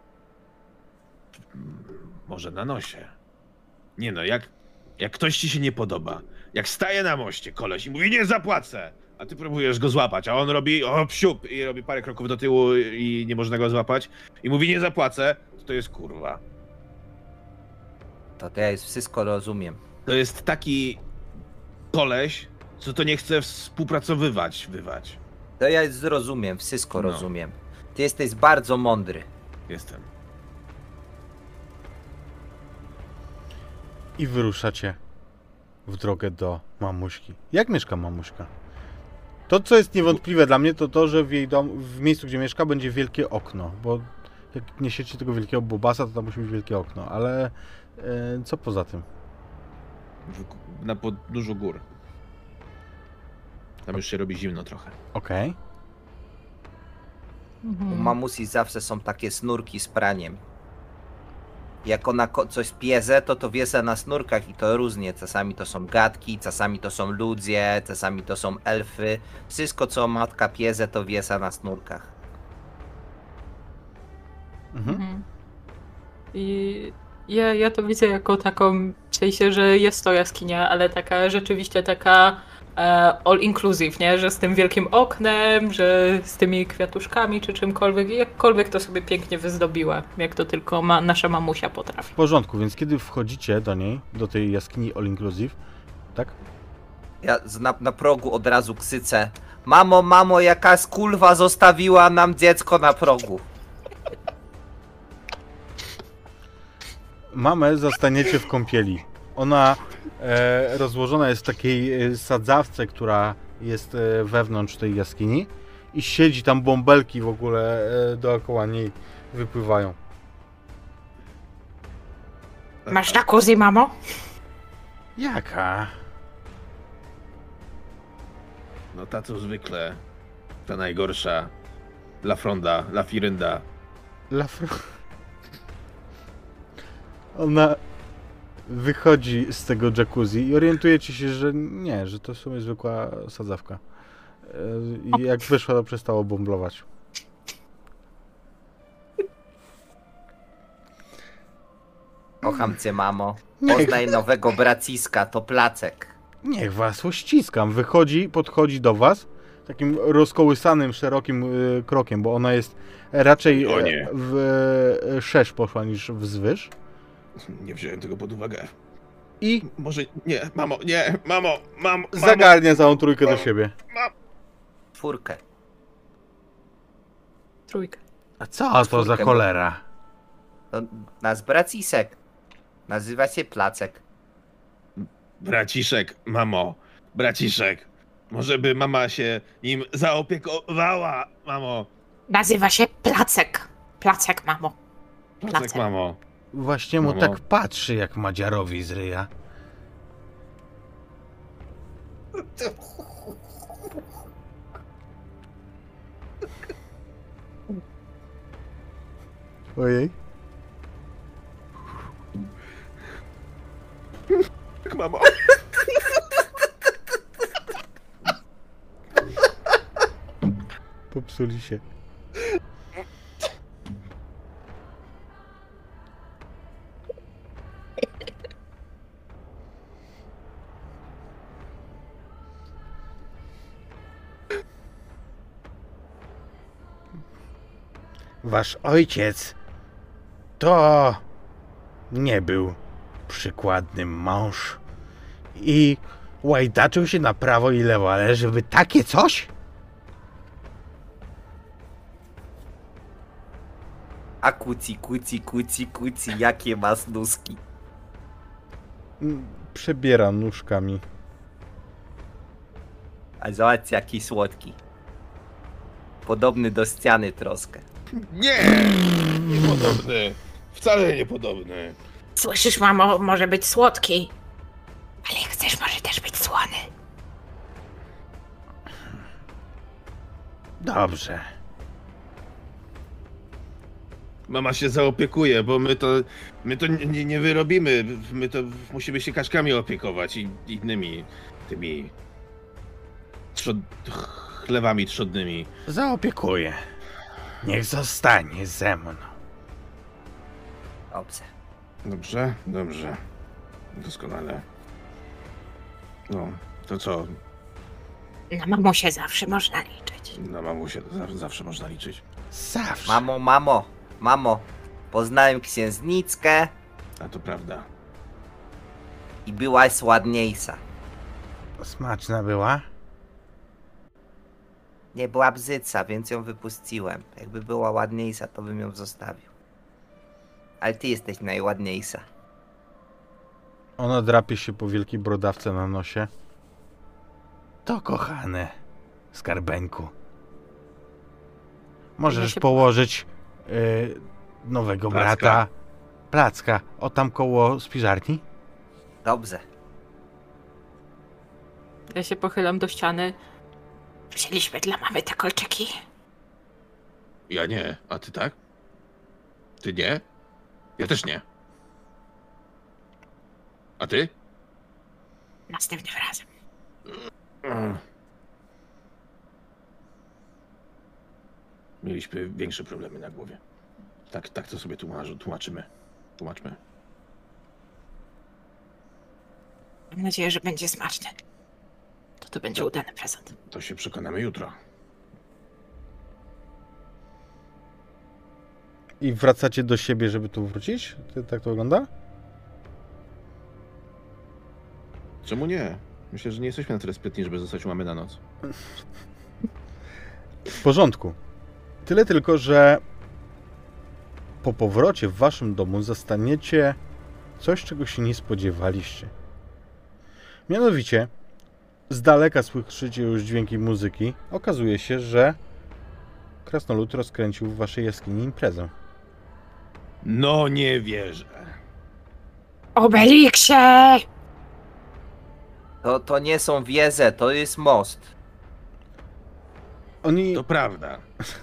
Może na nosie. Nie no, jak ktoś ci się nie podoba, jak staje na moście koleś i mówi nie zapłacę, a ty próbujesz go złapać, a on robi psiup i robi parę kroków do tyłu i nie można go złapać i mówi nie zapłacę, to jest kurwa. To ja już wszystko rozumiem. To jest taki koleś, co to nie chce współpracowywać. To ja już zrozumiem, wszystko No. rozumiem. Ty jesteś bardzo mądry. Jestem. I wyruszacie w drogę do mamuśki. Jak mieszka mamuśka? To, co jest niewątpliwe dla mnie, to to, że w jej w miejscu, gdzie mieszka, będzie wielkie okno, bo jak niesiecie tego wielkiego bobasa, to tam musi być wielkie okno, ale co poza tym? Na podnóżu gór. Tam już się robi zimno trochę. Okej. U mamusi zawsze są takie snurki z praniem. Jak ona coś pieze, to wiesa na snurkach i to różnie. Czasami to są gadki, czasami to są ludzie, czasami to są elfy. Wszystko, co matka pieze, to wiesa na snurkach. Mhm. I ja to widzę jako taką, w sensie, że jest to jaskinia, ale taka rzeczywiście taka all inclusive, nie? Że z tym wielkim oknem, że z tymi kwiatuszkami czy czymkolwiek, jakkolwiek to sobie pięknie wyzdobiła, jak to tylko nasza mamusia potrafi. W porządku, więc kiedy wchodzicie do niej, do tej jaskini all inclusive, tak? Ja na progu od razu ksycę. Mamo, jakaś kulwa zostawiła nam dziecko na progu. Mamę zastaniecie w kąpieli. Ona rozłożona jest w takiej sadzawce, która jest wewnątrz tej jaskini i siedzi tam, bąbelki w ogóle dookoła niej wypływają. Masz jacuzzi, mamo? Jaka? No ta co zwykle. Ta najgorsza. La Fronda, La Firynda. Ona wychodzi z tego jacuzzi i orientujecie się, że nie, że to w sumie zwykła sadzawka. I jak wyszła, to przestało bąblować. Kocham cię, mamo. Poznaj nowego braciska, to placek. Niech was uściskam. Podchodzi do was takim rozkołysanym, szerokim krokiem, bo ona jest raczej O nie. w szerz poszła niż wzwyż. Nie wziąłem tego pod uwagę. I Może nie, mamo, nie, mamo. zagarnia całą trójkę do siebie. Czwórkę. Trójkę. A co to za Czwórkę, cholera? To nasz bracisek. Nazywa się placek. Braciszek, mamo, braciszek. Może by mama się nim zaopiekowała, mamo. Nazywa się Placek. Placek, mamo. Placek, Placek. mamo. Właśnie mu Mamo. tak patrzy, jak Madziarowi z ryja. Ojej. Tak, mamo. Popsuli się. Wasz ojciec to nie był przykładny mąż i łajdaczył się na prawo i lewo, ale żeby takie coś? A kuci, jakie ma snuski. Przebiera nóżkami. A zobacz, jaki słodki. Podobny do ściany troszkę. Nie! Niepodobny. Wcale niepodobny. Słyszysz, mamo, może być słodki. Ale jak chcesz, może też być słony. Dobrze. Mama się zaopiekuje, bo my to nie wyrobimy. My to musimy się kaczkami opiekować i innymi tymi chlewami trzodnymi. Zaopiekuję. Niech zostanie ze mną. Dobrze. Dobrze, dobrze. Doskonale. No, to co? Na mamusię zawsze można liczyć. Na mamusię zawsze można liczyć. Zawsze. Mamo, poznałem księżniczkę A to prawda. i byłaś ładniejsza. Smaczna była? Nie była bzyca, więc ją wypuściłem. Jakby była ładniejsza, to bym ją zostawił. Ale ty jesteś najładniejsza. Ona drapie się po wielkiej brodawce na nosie. To kochane, skarbeńku. Możesz położyć nowego Placka. brata. Placka. O tam koło spiżarni? Dobrze. Ja się pochylam do ściany. Wzięliśmy dla mamy te kolczyki. Ja nie, a ty tak? Ty nie? Ja też nie. A ty? Następnym razem. Mieliśmy większe problemy na głowie. Tak to sobie tłumaczymy. Tłumaczmy. Mam nadzieję, że będzie smaczny. To będzie udany prezent. To się przekonamy jutro. I wracacie do siebie, żeby tu wrócić? Tak to wygląda? Czemu nie? Myślę, że nie jesteśmy na tyle sprytni, żeby zostać u mamy na noc. W porządku. Tyle tylko, że po powrocie w waszym domu zastaniecie coś, czego się nie spodziewaliście. Mianowicie, z daleka słyszycie już dźwięki muzyki. Okazuje się, że krasnolud rozkręcił w waszej jaskini imprezę. No nie wierzę. Obelixie! To nie są wieże, to jest most. Oni, To prawda.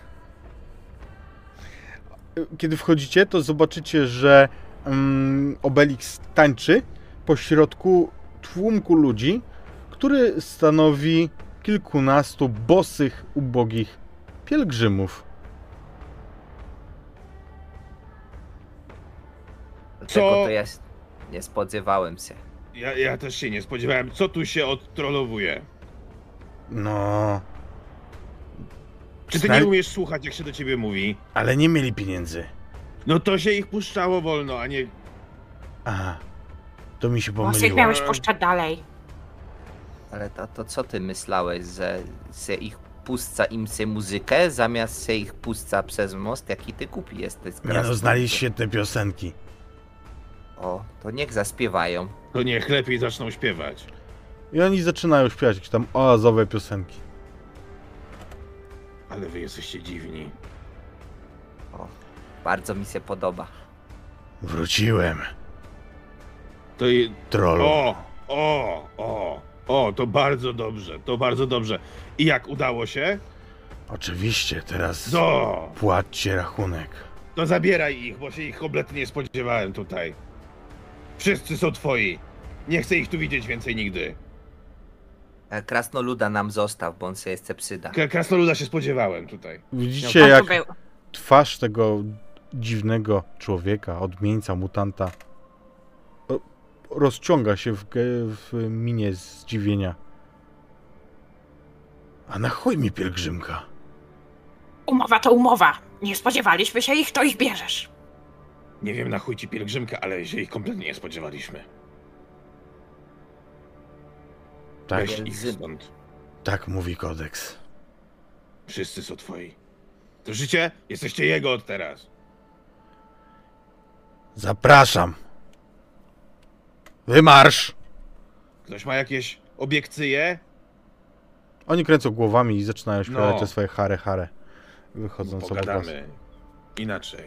kiedy wchodzicie, to zobaczycie, że Obelix tańczy pośrodku tłumku ludzi, który stanowi kilkunastu bosych, ubogich pielgrzymów. Tego to ja nie spodziewałem się. Ja też się nie spodziewałem. Co tu się odtrolowuje? No, Czy ty nie umiesz słuchać, jak się do ciebie mówi? ale nie mieli pieniędzy. No to się ich puszczało wolno, a nie... Aha, to mi się Włosek pomyliło. miałeś puszczać dalej. Ale to co ty myślałeś, że se ich puszcza im se muzykę, zamiast se ich puszcza przez most? Jaki ty głupi jesteś. Nie no, znali świetne piosenki. O, to niech zaśpiewają. To niech lepiej zaczną śpiewać. I oni zaczynają śpiewać jakieś tam oazowe piosenki. Ale wy jesteście dziwni. O, bardzo mi się podoba. Wróciłem, To i... trollu. To bardzo dobrze, to bardzo dobrze. I jak udało się? Oczywiście, teraz No, płaćcie rachunek. to zabieraj ich, bo się ich kompletnie nie spodziewałem tutaj. Wszyscy są twoi. Nie chcę ich tu widzieć więcej nigdy. Krasnoluda nam zostaw, bo on se chce przyda. Krasnoluda się spodziewałem tutaj. Widzicie, Tak jak to było. twarz tego dziwnego człowieka, odmieńca, mutanta rozciąga się w minie zdziwienia. A na chuj mi pielgrzymka? Umowa to umowa. Nie spodziewaliśmy się ich, to ich bierzesz. Nie wiem na chuj ci pielgrzymka, ale się ich kompletnie nie spodziewaliśmy. Tak, Weź ich stąd. tak mówi kodeks. Wszyscy są twoi. Słyszycie? Jesteście jego od teraz. Zapraszam. Wymarsz! Ktoś ma jakieś obiekcje? Oni kręcą głowami i zaczynają śpiewać No. te swoje hare. wychodząc obok was. Pogadamy inaczej.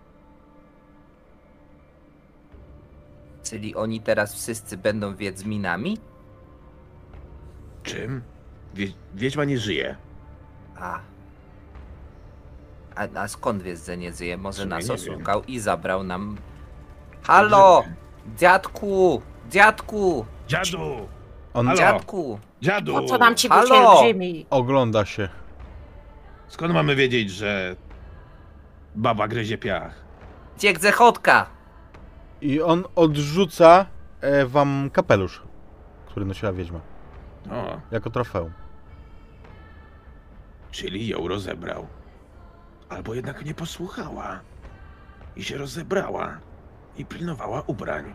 Czyli oni teraz wszyscy będą wiedźminami? Czym? Wiedźma nie żyje. A skąd wiesz, że nie żyje? Może sumie nas nie oszukał i zabrał nam... Halo! Dziadku! Dziadku! Dziadu! On Halo? Dziadku! Dziadu! Po co nam ci Halo! wycielbrzymi? ogląda się. Skąd mamy wiedzieć, że baba gryzie piach? Gdzie grzechotka? I on odrzuca wam kapelusz, który nosiła wiedźma. O, Jako trofeum. czyli ją rozebrał. Albo jednak nie posłuchała. I się rozebrała. I pilnowała ubrań.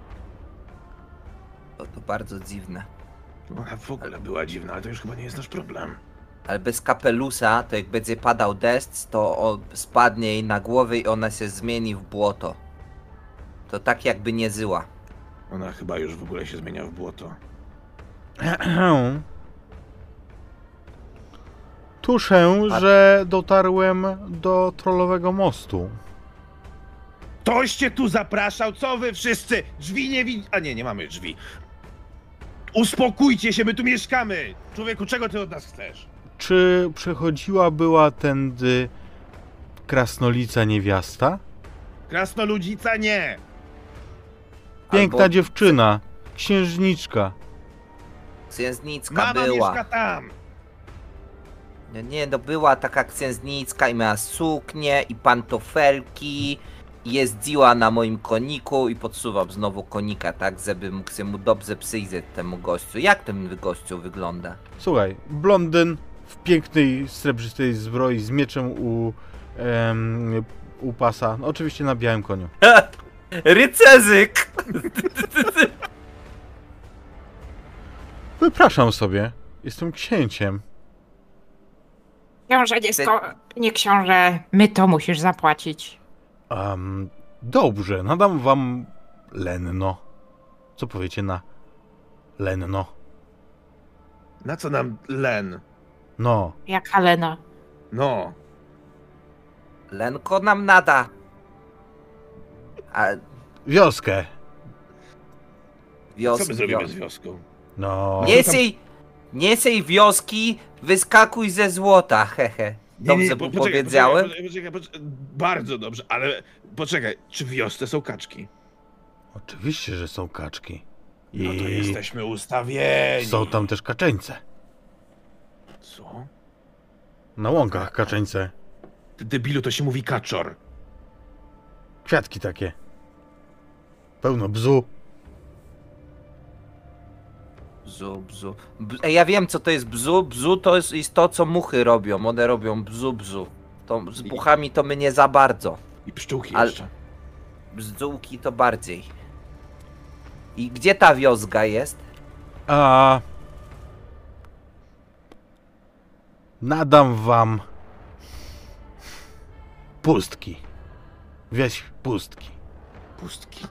To bardzo dziwne. Ona w ogóle była dziwna, ale to już chyba nie jest nasz problem. Ale bez kapelusa, to jak będzie padał deszcz, to on spadnie jej na głowę i ona się zmieni w błoto. To tak jakby nie żyła. Ona chyba już w ogóle się zmienia w błoto. Tuszę, że dotarłem do trollowego mostu. Ktoś cię tu zapraszał, co wy wszyscy? Drzwi nie widzicie. A nie mamy drzwi. Uspokójcie się, my tu mieszkamy! Człowieku, czego ty od nas chcesz? Czy przechodziła była tędy krasnolica niewiasta? Krasnoludzica nie! Piękna Albo dziewczyna, księżniczka. księżniczka Mama była. mieszka tam! Nie, no była taka księżniczka i miała suknię i pantofelki. I jeździła na moim koniku i podsuwam znowu konika, tak, żeby mógł się mu dobrze przyjrzeć temu gościu. Jak ten gościu wygląda? Słuchaj, blondyn w pięknej, srebrzystej zbroi z mieczem u pasa. No, oczywiście na białym koniu. Rycerzyk! Wypraszam sobie. Jestem księciem. Książę nie książę, my to musisz zapłacić. Dobrze, nadam wam lenno. Co powiecie na lenno? Na co nam len? No, Jak Helena. No. Lenko nam nada. A wioskę. Co my zrobimy z wioską? No, nie sej wioski, wyskakuj ze złota, hehe. Dobrze powiedziałem? Poczekaj, bardzo dobrze, ale poczekaj, czy w wiosce są kaczki? oczywiście, że są kaczki. No to jesteśmy ustawieni. Są tam też kaczeńce. Co? Na łąkach kaczeńce. Ty debilu, to się mówi kaczor. Kwiatki takie. Pełno bzu. Bzu. Ej, ja wiem co to jest bzu. Bzu to jest to co muchy robią. One robią bzu. To z buchami to my nie za bardzo. I pszczółki Ale- jeszcze. Bzdółki to bardziej. I gdzie ta wioska jest? A nadam wam pustki. Wieś pustki. Pustki.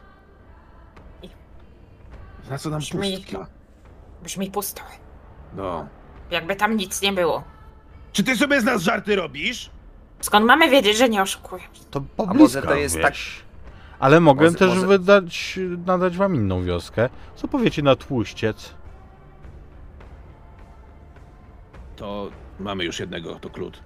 Na co nam Brzmi- pustki? Brzmi pusto. No. Jakby tam nic nie było. Czy ty sobie z nas żarty robisz? Skąd mamy wiedzieć, że nie oszukuję? To może pobliska to jest wieś. Ale mogę Może- też może- nadać wam inną wioskę. Co powiecie na Tłuściec? To mamy już jednego, to Klut.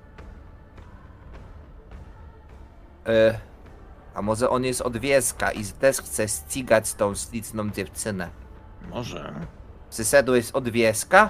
A może on jest od wieska i też chce ścigać tą śliczną dziewczynę? Może. Przyszedł jest od wieska?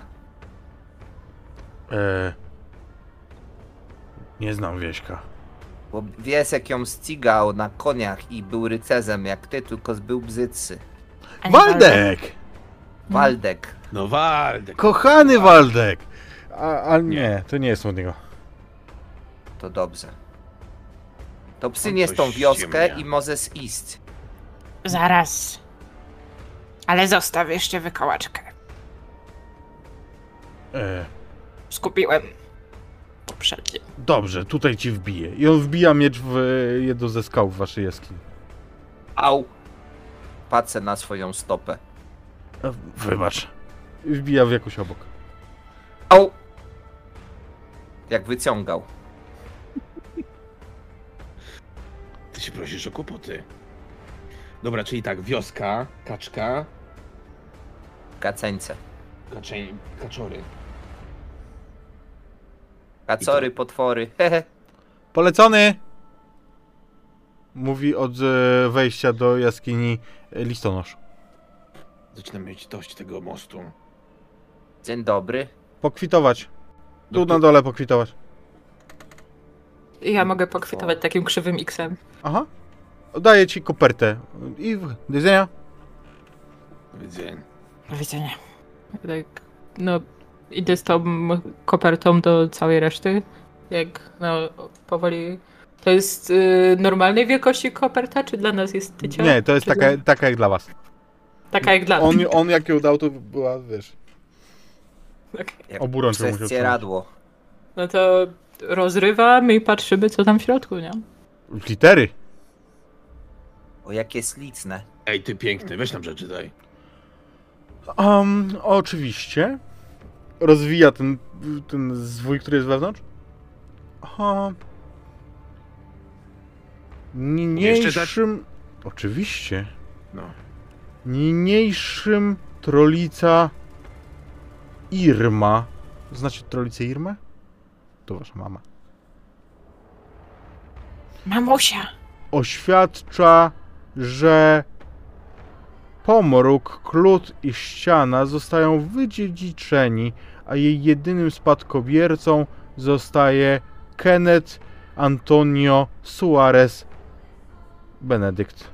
Nie znam wieśka. Bo Wiesek ją ścigał na koniach i był rycerzem jak ty, tylko był brzydszy. A nie Waldek! Waldek. No Waldek. Kochany Waldek! A nie, to nie jest od niego. To dobrze. To On przynieś coś tą wioskę ciemnia. i możesz iść. Zaraz. Ale zostaw jeszcze wykałaczkę. Skupiłem. Poprzednio. Dobrze, tutaj ci wbiję. I on wbija miecz w jedną ze skał w waszej jaskini. Au. Patrzę na swoją stopę. Wybacz. I wbija w jakoś obok. Au. Jak wyciągał. prosisz o kłopoty. Dobra, czyli tak, wioska, kaczka, Kaceńce. kaczory. Kacory, potwory. Hehe. Polecony! Mówi od wejścia do jaskini listonosz. Zaczynam mieć dość tego mostu. Dzień dobry. Pokwitować. Tu No to- na dole pokwitować. Ja mogę pokwitować takim krzywym X-em. Aha. Daję ci kopertę. I do widzenia. Widzę. Do widzenia. Tak, no, idę z tą kopertą do całej reszty. Jak, no, powoli... To jest normalnej wielkości koperta, czy dla nas jest tycia? Nie, to jest Czy taka jak dla was. taka jak dla mnie. On jak ją dał, to była, wiesz, Jak oburącz musiał trzymać. prześcieradło. No to rozrywamy i patrzymy, co tam w środku, nie? Litery. O, jakie slicne. Ej, ty piękny, weź nam przeczytaj. Oczywiście. Rozwija ten zwój, który jest wewnątrz. Aha. Niniejszym... Oczywiście. No. Niniejszym trolica Irma. Znacie trolicę Irmę? To wasza mama. Mamusia. Oświadcza, że Pomruk, Klut i Ściana zostają wydziedziczeni, a jej jedynym spadkobiercą zostaje Kenneth Antonio Suarez Benedykt.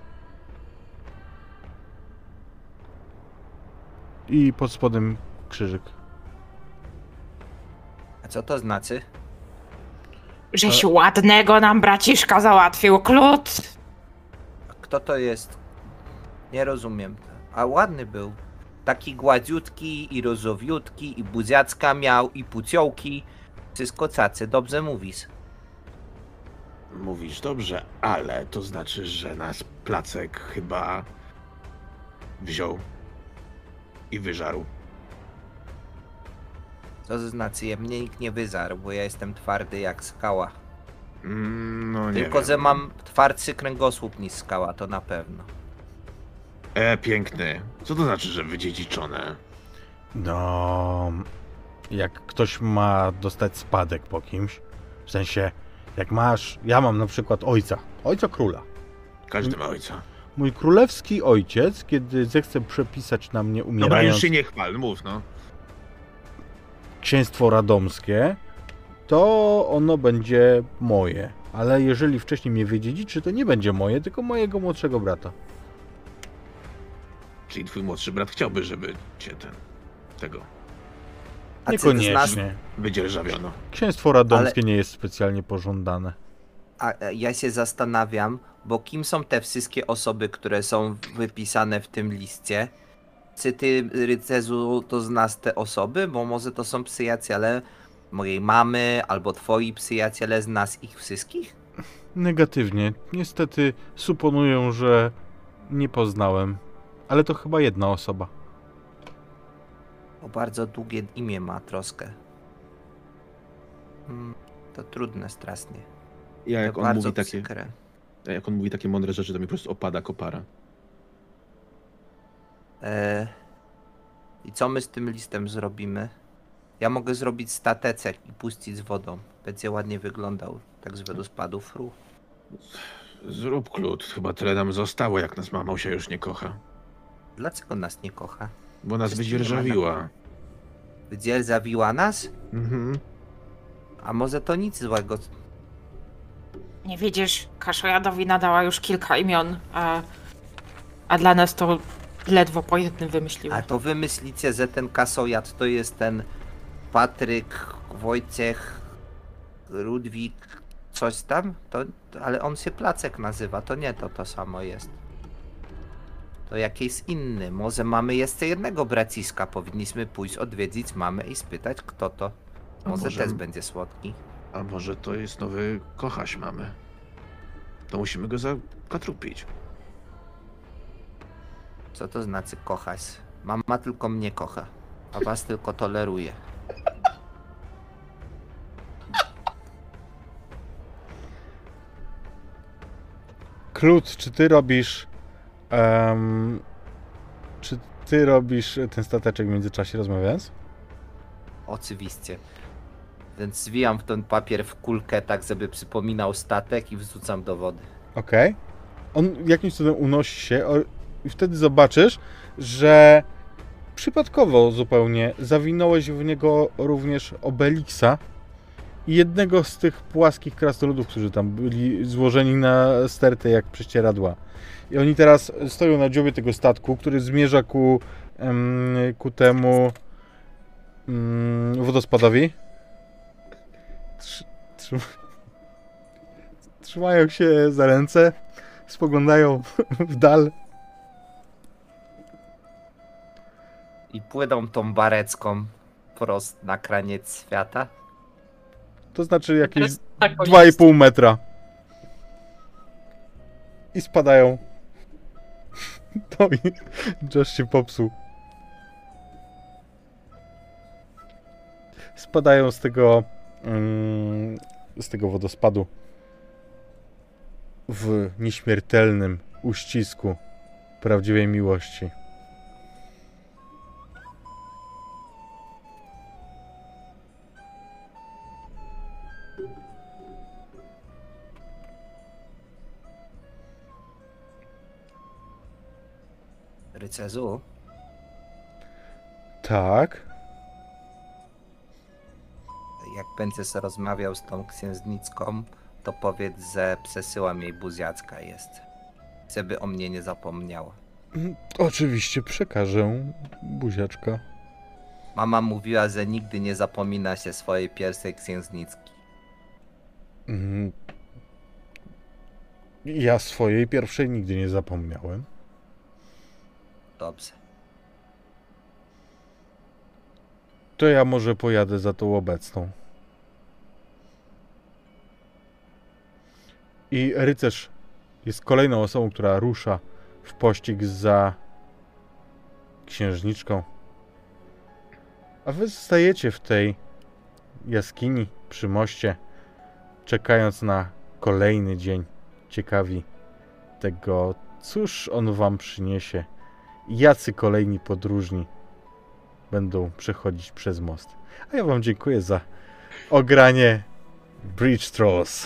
I pod spodem krzyżyk. A co to znaczy? Żeś ładnego nam braciszka załatwił, Klut. Kto to jest? Nie rozumiem. A ładny był. Taki gładziutki i rozowiutki i buziacka miał i puciołki. Wszystko cacy, dobrze mówisz. Mówisz dobrze, ale to znaczy, że nas Placek chyba wziął i wyżarł. Co to znaczy? Mnie nikt nie wyżarł, bo ja jestem twardy jak skała. No nie Tylko, wiem. że mam twardszy kręgosłup niż skała, to na pewno. Piękny. Co to znaczy, że wydziedziczone? No, jak ktoś ma dostać spadek po kimś, w sensie, jak masz, ja mam na przykład ojca króla. Każdy ma ojca. Mój królewski ojciec, kiedy zechce przepisać na mnie Dobra, umierając już się nie chwal, mów no. księstwo radomskie, to ono będzie moje. Ale jeżeli wcześniej mnie wydziedziczy, to nie będzie moje, tylko mojego młodszego brata. Czyli twój młodszy brat chciałby, żeby cię tego A ty z nas, Niekoniecznie. wydzierżawiono. Księstwo radomskie nie jest specjalnie pożądane. ja się zastanawiam, bo kim są te wszystkie osoby, które są wypisane w tym liście? Czy ty, rycerzu, to znasz te osoby? Bo może to są przyjaciele mojej mamy, albo twoi przyjaciele, znasz ich wszystkich? Negatywnie. Niestety suponują, że nie poznałem. Ale to chyba jedna osoba. Bo bardzo długie imię ma troskę. To trudne strasznie. Jak To on, bardzo mówi takie, przykre. jak on mówi takie mądre rzeczy, to mi po prostu opada kopara. I co my z tym listem zrobimy? Ja mogę zrobić statecek i puścić z wodą. Będzie ładnie wyglądał, tak z wodospadu fru. Zrób Klut, chyba tyle nam zostało, jak nas mamusia już nie kocha. Dlaczego nas nie kocha? Bo nas Wszyscy nie wydzierżawiła. Wydzierżawiła nas? Mhm. A może to nic złego? Nie widzisz, Kaszojadowi nadała już kilka imion, a dla nas to ledwo po jednym wymyśliła. A to wy myślicie, że ten kasojad to jest ten Patryk, Wojciech, Ludwik, coś tam? Ale on się Placek nazywa, to nie to samo jest. To jakiś inny. Może mamy jeszcze jednego braciska. Powinniśmy pójść odwiedzić mamę i spytać, kto to. Może też będzie słodki. A może to jest nowy kochaś mamy? To musimy go zakatrupić. Co to znaczy kochać? Mama tylko mnie kocha, a was tylko toleruje. Klut, czy ty robisz... czy ty robisz ten stateczek w międzyczasie, rozmawiając? Oczywiście. Więc zwijam w ten papier w kulkę, tak żeby przypominał statek i wrzucam do wody. Okej. On jakimś cudem unosi się i wtedy zobaczysz, że przypadkowo zupełnie zawinąłeś w niego również Obelixa i jednego z tych płaskich krasnoludów, którzy tam byli złożeni na stertę jak prześcieradła. I oni teraz stoją na dziobie tego statku, który zmierza ku temu wodospadowi. Trzymają się za ręce, spoglądają w dal. I płyną tą barecką prost na kraniec świata. To znaczy jakieś Teraz tak 2,5 metra. I spadają. To i Josh się popsuł. Spadają z tego wodospadu w nieśmiertelnym uścisku prawdziwej miłości. Rycerzu, Tak. jak będziesz rozmawiał z tą księżniczką, to powiedz, że przesyłam jej buziacka jest. Żeby o mnie nie zapomniała. Oczywiście przekażę, buziaczka. Mama mówiła, że nigdy nie zapomina się swojej pierwszej księżniczki. Ja swojej pierwszej nigdy nie zapomniałem. Dobrze. To ja może pojadę za tą obecną. I rycerz jest kolejną osobą, która rusza w pościg za księżniczką. A wy zostajecie w tej jaskini przy moście, czekając na kolejny dzień. Ciekawi tego, cóż on wam przyniesie. Jacy kolejni podróżni będą przechodzić przez most. A ja wam dziękuję za ogranie Bridge Trolls.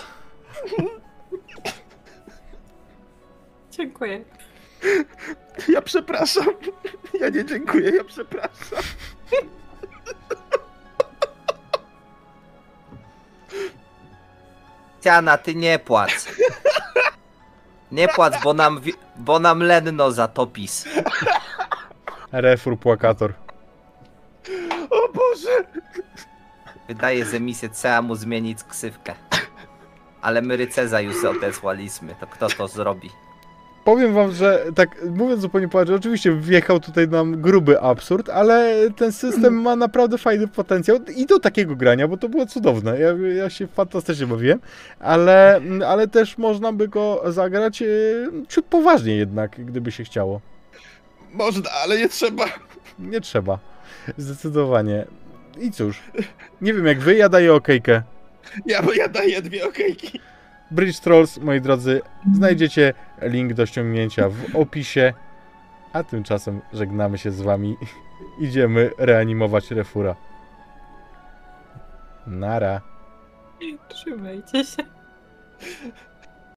Dziękuję. Ja przepraszam. Ja nie dziękuję, ja przepraszam. Tiana, ty nie płacz. Nie płacz, bo nam lenno zatopis. Refur płakator. O Boże! Wydaje, że mi się trzeba mu zmienić ksywkę. Ale my rycerza już odesłaliśmy, to kto to zrobi? Powiem wam, że tak mówiąc zupełnie poważnie, oczywiście wjechał tutaj nam gruby absurd, ale ten system ma naprawdę fajny potencjał i do takiego grania, bo to było cudowne. Ja się fantastycznie bawiłem, ale też można by go zagrać ciut poważnie jednak, gdyby się chciało. Można, ale nie trzeba. Nie trzeba. Zdecydowanie. I cóż, nie wiem jak wy, ja daję okejkę. Ja daję 2 okejki. Bridge Trolls, moi drodzy, znajdziecie link do ściągnięcia w opisie, a tymczasem żegnamy się z wami. Idziemy reanimować Refura. Nara. Trzymajcie się.